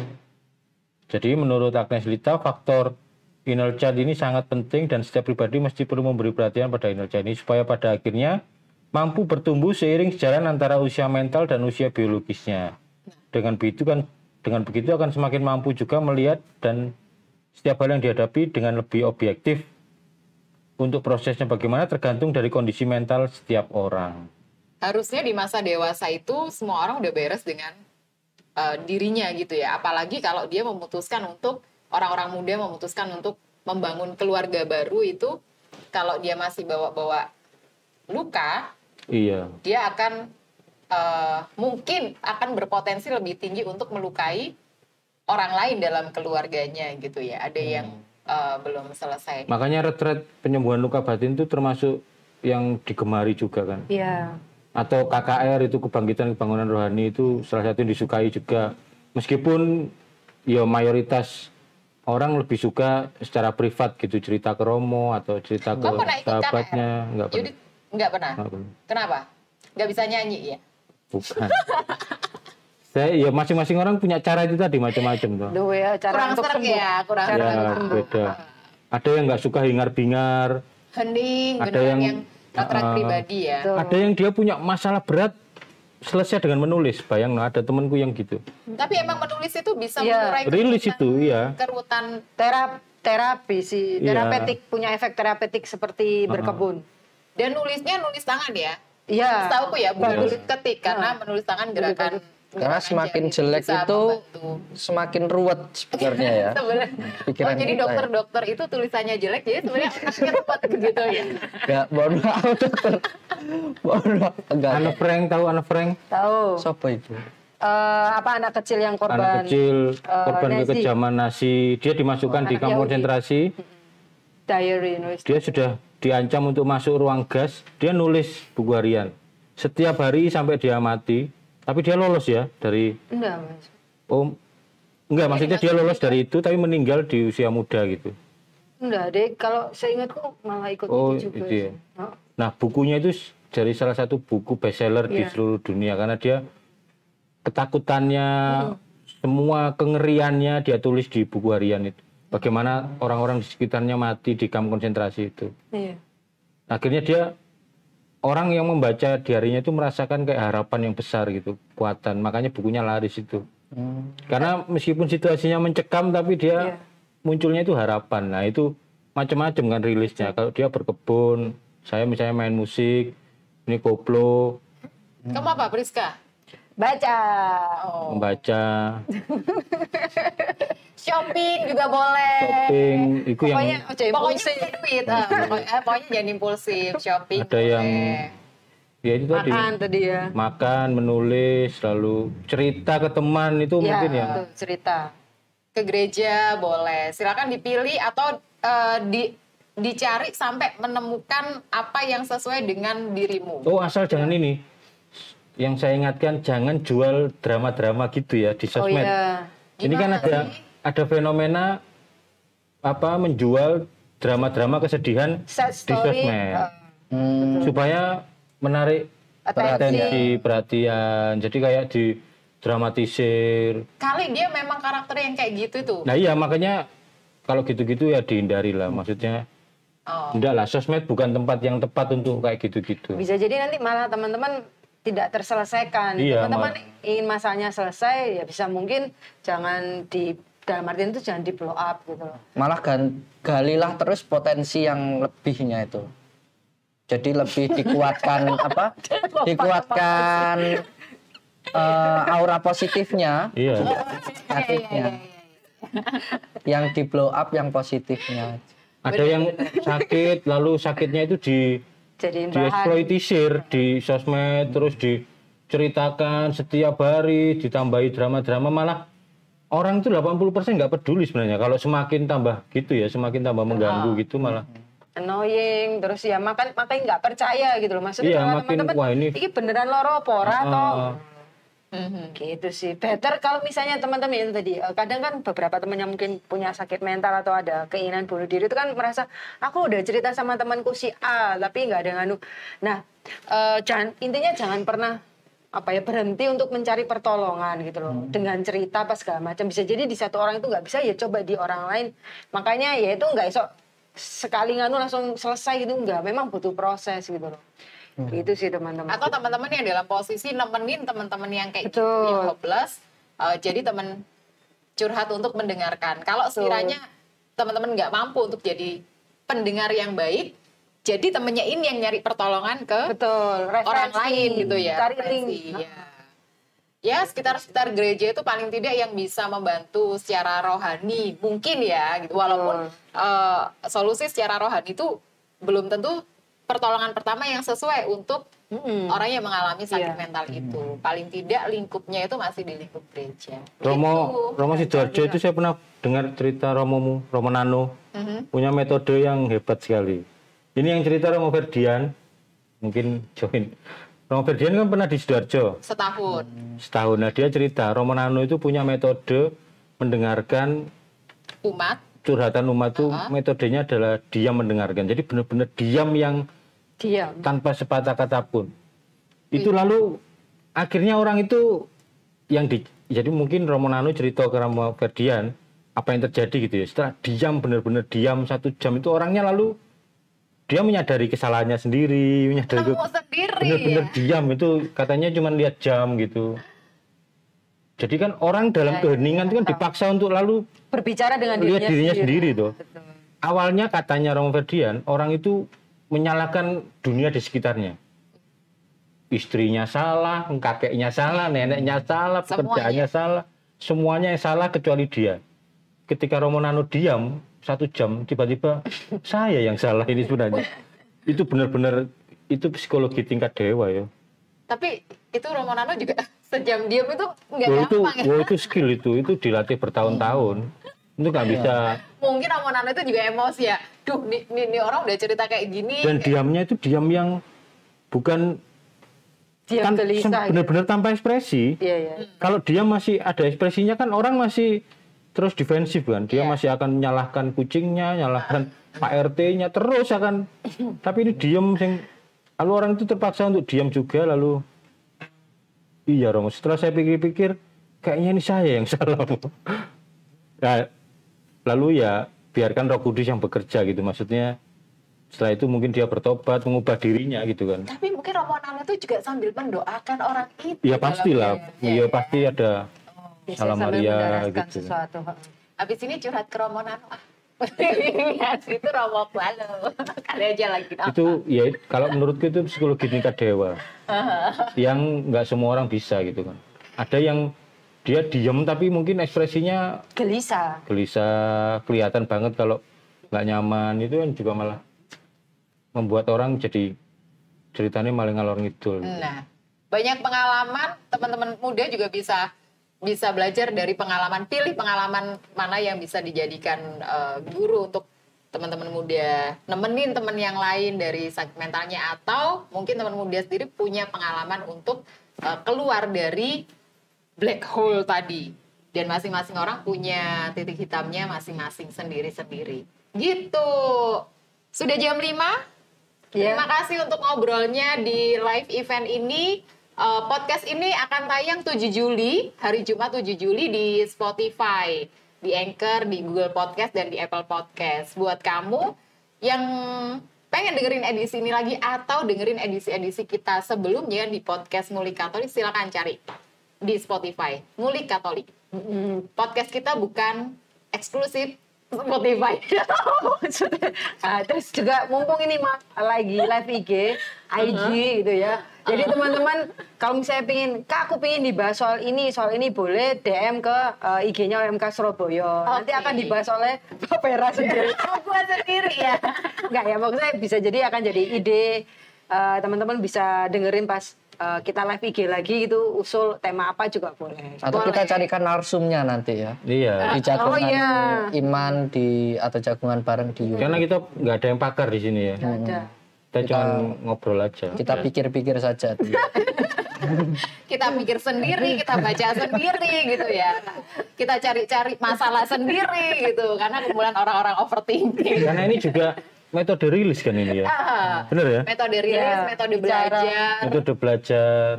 Jadi menurut Agnes Lita, faktor inner child ini sangat penting dan setiap pribadi mesti perlu memberi perhatian pada inner child ini supaya pada akhirnya mampu bertumbuh seiring sejalan antara usia mental dan usia biologisnya. Dengan begitu akan semakin mampu juga melihat dan setiap hal yang dihadapi dengan lebih objektif. Untuk prosesnya bagaimana tergantung dari kondisi mental setiap orang. Harusnya di masa dewasa itu semua orang udah beres dengan dirinya gitu ya. Apalagi kalau dia memutuskan untuk, orang-orang muda memutuskan untuk membangun keluarga baru itu, kalau dia masih bawa-bawa luka, dia akan mungkin akan berpotensi lebih tinggi untuk melukai orang lain dalam keluarganya gitu ya. Ada yang belum selesai. Makanya retret penyembuhan luka batin itu termasuk yang digemari juga kan. Iya. Atau KKR itu kebangkitan kebangunan rohani itu salah satu yang disukai juga. Meskipun ya mayoritas orang lebih suka secara privat gitu, cerita ke romo atau cerita ke sahabatnya. Enggak pernah. Kenapa? Enggak bisa nyanyi ya? Bukan. Ya masing-masing orang punya cara itu tadi macam-macam tuh. Kurang serg ya, kurang beda. Ada yang nggak suka hingar-bingar. Hening, ada yang retret pribadi ya. Ada yang dia punya masalah berat selesai dengan menulis. Bayang ada temanku yang gitu. Tapi emang menulis itu bisa mengurai rilis itu ya. Kerutan terapi sih, terapeutik, punya efek terapeutik seperti berkebun. Dan nulisnya nulis tangan ya. Iya. Setahuku ya, bukan nulis ketik karena menulis tangan gerakan. Karena semakin jelek itu semakin ruwet sebenarnya ya. Jadi dokter-dokter itu tulisannya jelek, jadi sebenarnya anaknya ruwet gitu ya. Enggak, mohon maaf dokter. Mohon maaf. Anne Frank, tahu Anne Frank? Tahu. Siapa itu? Anak kecil yang korban. Anak kecil korban kekejaman Nazi. Dia dimasukkan di kamp konsentrasi. Diary nulis. Dia sudah diancam untuk masuk ruang gas. Dia nulis buku harian. Setiap hari sampai dia mati. Tapi dia lolos ya dari. Enggak, Mas. Enggak, maksudnya dia lolos dari itu tapi meninggal di usia muda gitu. Enggak, deh. Kalau saya ingatku malah ikut itu juga. Itu ya. Nah, bukunya itu dari salah satu buku bestseller di seluruh dunia karena dia ketakutannya, semua kengeriannya dia tulis di buku harian itu. Bagaimana orang-orang di sekitarnya mati di kamp konsentrasi itu. Iya. Akhirnya dia, orang yang membaca diarinya itu merasakan kayak harapan yang besar gitu, kuatan. Makanya bukunya laris itu. Karena meskipun situasinya mencekam tapi dia munculnya itu harapan. Nah itu macam-macam kan rilisnya. Kalau dia berkebun Saya misalnya main musik, ini koplo, Kamu apa, Priska? Baca. membaca, Shopping juga boleh. shopping, itu yang Pokoknya ojo Pokoknya impulsif. punya duit. Pokoknya jangan impulsif. Shopping ada yang boleh. ya itu tadi Makan tadi ya. makan, menulis, lalu cerita ke teman itu mungkin ya. Tuh, cerita. Ke gereja boleh. Silakan dipilih atau dicari sampai menemukan apa yang sesuai dengan dirimu. Oh asal jangan ini. Yang saya ingatkan jangan jual drama-drama gitu ya di Oh sosmed. iya. Ini kan Gimana ada fenomena menjual drama-drama kesedihan Sad di story. sosmed supaya menarik atensi, perhatian. Jadi kayak didramatisir. Kali dia memang karakter yang kayak gitu tuh. Nah iya makanya kalau gitu-gitu ya dihindari lah. Maksudnya enggak lah, sosmed bukan tempat yang tepat untuk kayak gitu-gitu. Bisa jadi nanti malah teman-teman tidak terselesaikan. Iya, Teman-teman ingin masanya selesai, ya bisa mungkin jangan dalam artian itu jangan di blow up gitu loh. Malah galilah terus potensi yang lebihnya itu. Jadi lebih dikuatkan dikuatkan aura positifnya, Iya. negatifnya. Yang di blow up yang positifnya. Ada yang sakit, lalu sakitnya itu Jadiin bahan. dieksploitisir di sosmed, terus diceritakan setiap hari, ditambahi drama-drama, malah orang itu 80% nggak peduli sebenarnya. Kalau semakin tambah gitu ya, semakin tambah mengganggu gitu malah. Annoying, terus ya makin nggak percaya gitu loh. Maksudnya Iya, kalau makin, teman-teman wah, ini- beneran loro pora atau Mhm. gitu sih. Better kalau misalnya teman-teman itu tadi, kadang kan beberapa teman yang mungkin punya sakit mental atau ada keinginan bunuh diri itu kan merasa aku udah cerita sama temanku si A tapi nggak ada nganu. Nah, intinya jangan pernah berhenti untuk mencari pertolongan gitu loh. Dengan cerita apa segala macam, bisa jadi di satu orang itu nggak bisa, ya coba di orang lain. Makanya ya itu nggak esok sekali nganu langsung selesai gitu, nggak, memang butuh proses gitu loh. Gitu sih teman-teman. Atau teman-teman yang dalam posisi nemenin teman-teman yang kayak gitu, Betul. yang hopeless, jadi teman curhat untuk mendengarkan. Kalau sekiranya teman-teman nggak mampu untuk jadi pendengar yang baik, jadi temennya ini yang nyari pertolongan ke Betul, orang referensi, lain gitu ya. cari referensi, link. ya sekitar gereja itu paling tidak yang bisa membantu secara rohani mungkin ya gitu. Walaupun solusi secara rohani itu belum tentu pertolongan pertama yang sesuai untuk orang yang mengalami sakit mental itu. Paling tidak lingkupnya itu masih di lingkup gereja. Romo Sidoarjo itu saya pernah dengar cerita Romo Nano, punya metode yang hebat sekali. Ini yang cerita Romo Ferdian, mungkin join. Romo Ferdian kan pernah di Sidoarjo setahun. Nah dia cerita Romo Nano itu punya metode mendengarkan Umat. curhatan umat itu metodenya adalah diam mendengarkan. Jadi benar-benar diam yang tanpa sepatah kata pun. Itu lalu akhirnya orang itu jadi mungkin Romo Nano cerita ke Romo Ferdian apa yang terjadi gitu ya. Setelah diam, benar-benar diam 1 jam itu orangnya lalu dia menyadari kesalahannya sendiri, benar-benar diam itu katanya cuma lihat jam gitu. Jadi kan orang dalam keheningan itu kan dipaksa untuk lalu berbicara dengan dirinya sendiri tuh. Awalnya katanya Romo Ferdian, orang itu menyalahkan dunia di sekitarnya. Istrinya salah, kakeknya salah, neneknya salah, pekerjaannya salah, semuanya yang salah kecuali dia. Ketika Romo Nano diam 1 jam, tiba-tiba saya yang salah ini sebenarnya. Itu benar-benar itu psikologi tingkat dewa ya. Tapi itu Romo Nano juga sejam diam itu nggak gampang ya. Itu skill itu dilatih bertahun-tahun. Itu nggak bisa. Mungkin Romo Nano itu juga emosi ya. Duh, nih orang udah cerita kayak gini. Dan diamnya itu diam yang bukan diam gelisah. Benar-benar tanpa ekspresi. Iya. Kalau dia masih ada ekspresinya kan orang masih terus defensif kan. Dia masih akan menyalahkan kucingnya, menyalahkan Pak RT-nya terus akan. Tapi ini diam lalu orang itu terpaksa untuk diam juga lalu. Iya Romo, setelah saya pikir-pikir kayaknya ini saya yang salah. Nah, lalu ya biarkan Roh Kudus yang bekerja gitu, maksudnya setelah itu mungkin dia bertobat, mengubah dirinya gitu kan. Tapi mungkin Romo Nano itu juga sambil mendoakan orang itu. Ya pastilah, ya pasti ada Salam Maria gitu. Sesuatu. Habis ini curhat ke Romo Nano. Itu robot balu. Kali aja lagi. Itu ya kalau menurutku itu psikologi tingkat dewa. Yang nggak semua orang bisa gitu kan. Ada yang dia diam tapi mungkin ekspresinya Gelisah. kelihatan banget kalau nggak nyaman, itu kan juga malah membuat orang jadi ceritanya malah ngalor ngidul. Nah, banyak pengalaman, teman-teman muda juga bisa belajar dari pengalaman. Pilih pengalaman mana yang bisa dijadikan guru untuk teman-teman muda, nemenin teman yang lain dari sakit mentalnya, atau mungkin teman muda sendiri punya pengalaman untuk keluar dari black hole tadi. Dan masing-masing orang punya titik hitamnya masing-masing sendiri-sendiri. Gitu. Sudah jam 5? Terima kasih untuk ngobrolnya di live event ini. Podcast ini akan tayang 7 Juli, hari Jumat 7 Juli di Spotify, di Anchor, di Google Podcast, dan di Apple Podcast. Buat kamu yang pengen dengerin edisi ini lagi atau dengerin edisi-edisi kita sebelumnya di podcast Ngulik Katolik, silakan cari di Spotify, Ngulik Katolik. Podcast kita bukan eksklusif Spotify. Terus juga mumpung ini lagi live IG gitu ya. Jadi teman-teman kalau misalnya Kak aku pingin dibahas soal ini boleh DM ke IG-nya OMK Surabaya. Nanti akan dibahas oleh Pak Pera sendiri. Gua sendiri ya. Enggak ya, maksudnya bisa jadi akan jadi ide, teman-teman bisa dengerin pas kita live IG lagi gitu, usul tema apa juga boleh. Atau kita carikan narsumnya nanti ya. Iya. Di jagungan Iman atau jagungan bareng di YouTube. Karena kita nggak ada yang pakar di sini ya. Ada. Kita cuma ngobrol aja. Kita pikir-pikir saja. Kita pikir sendiri, kita baca sendiri gitu ya. Kita cari-cari masalah sendiri gitu, karena kumpulan orang-orang overthinking. Karena ini juga metode rilis kan ini ya. Bener ya? Metode rilis, metode belajar. Metode belajar.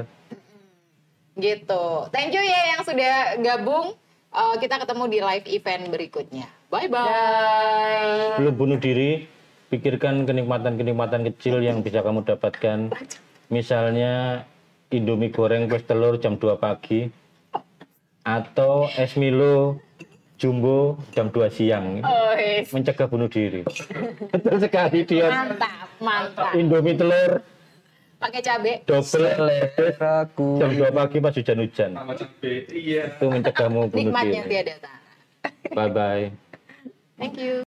Gitu. Thank you ya yang sudah gabung. Kita ketemu di live event berikutnya. Bye-bye. Belum bunuh diri, pikirkan kenikmatan-kenikmatan kecil yang bisa kamu dapatkan. Misalnya Indomie goreng plus telur jam 2 pagi. Atau es Milo Jumbo jam 2 siang. Mencegah bunuh diri. Betul sekali dia. Mantap. Indomie telur Pakai cabe. double jam 2 pagi pas hujan-hujan. Sama cabe, iya. Itu mencegahmu bunuh Nikmatnya diri. tiada tara. Bye bye. Thank you.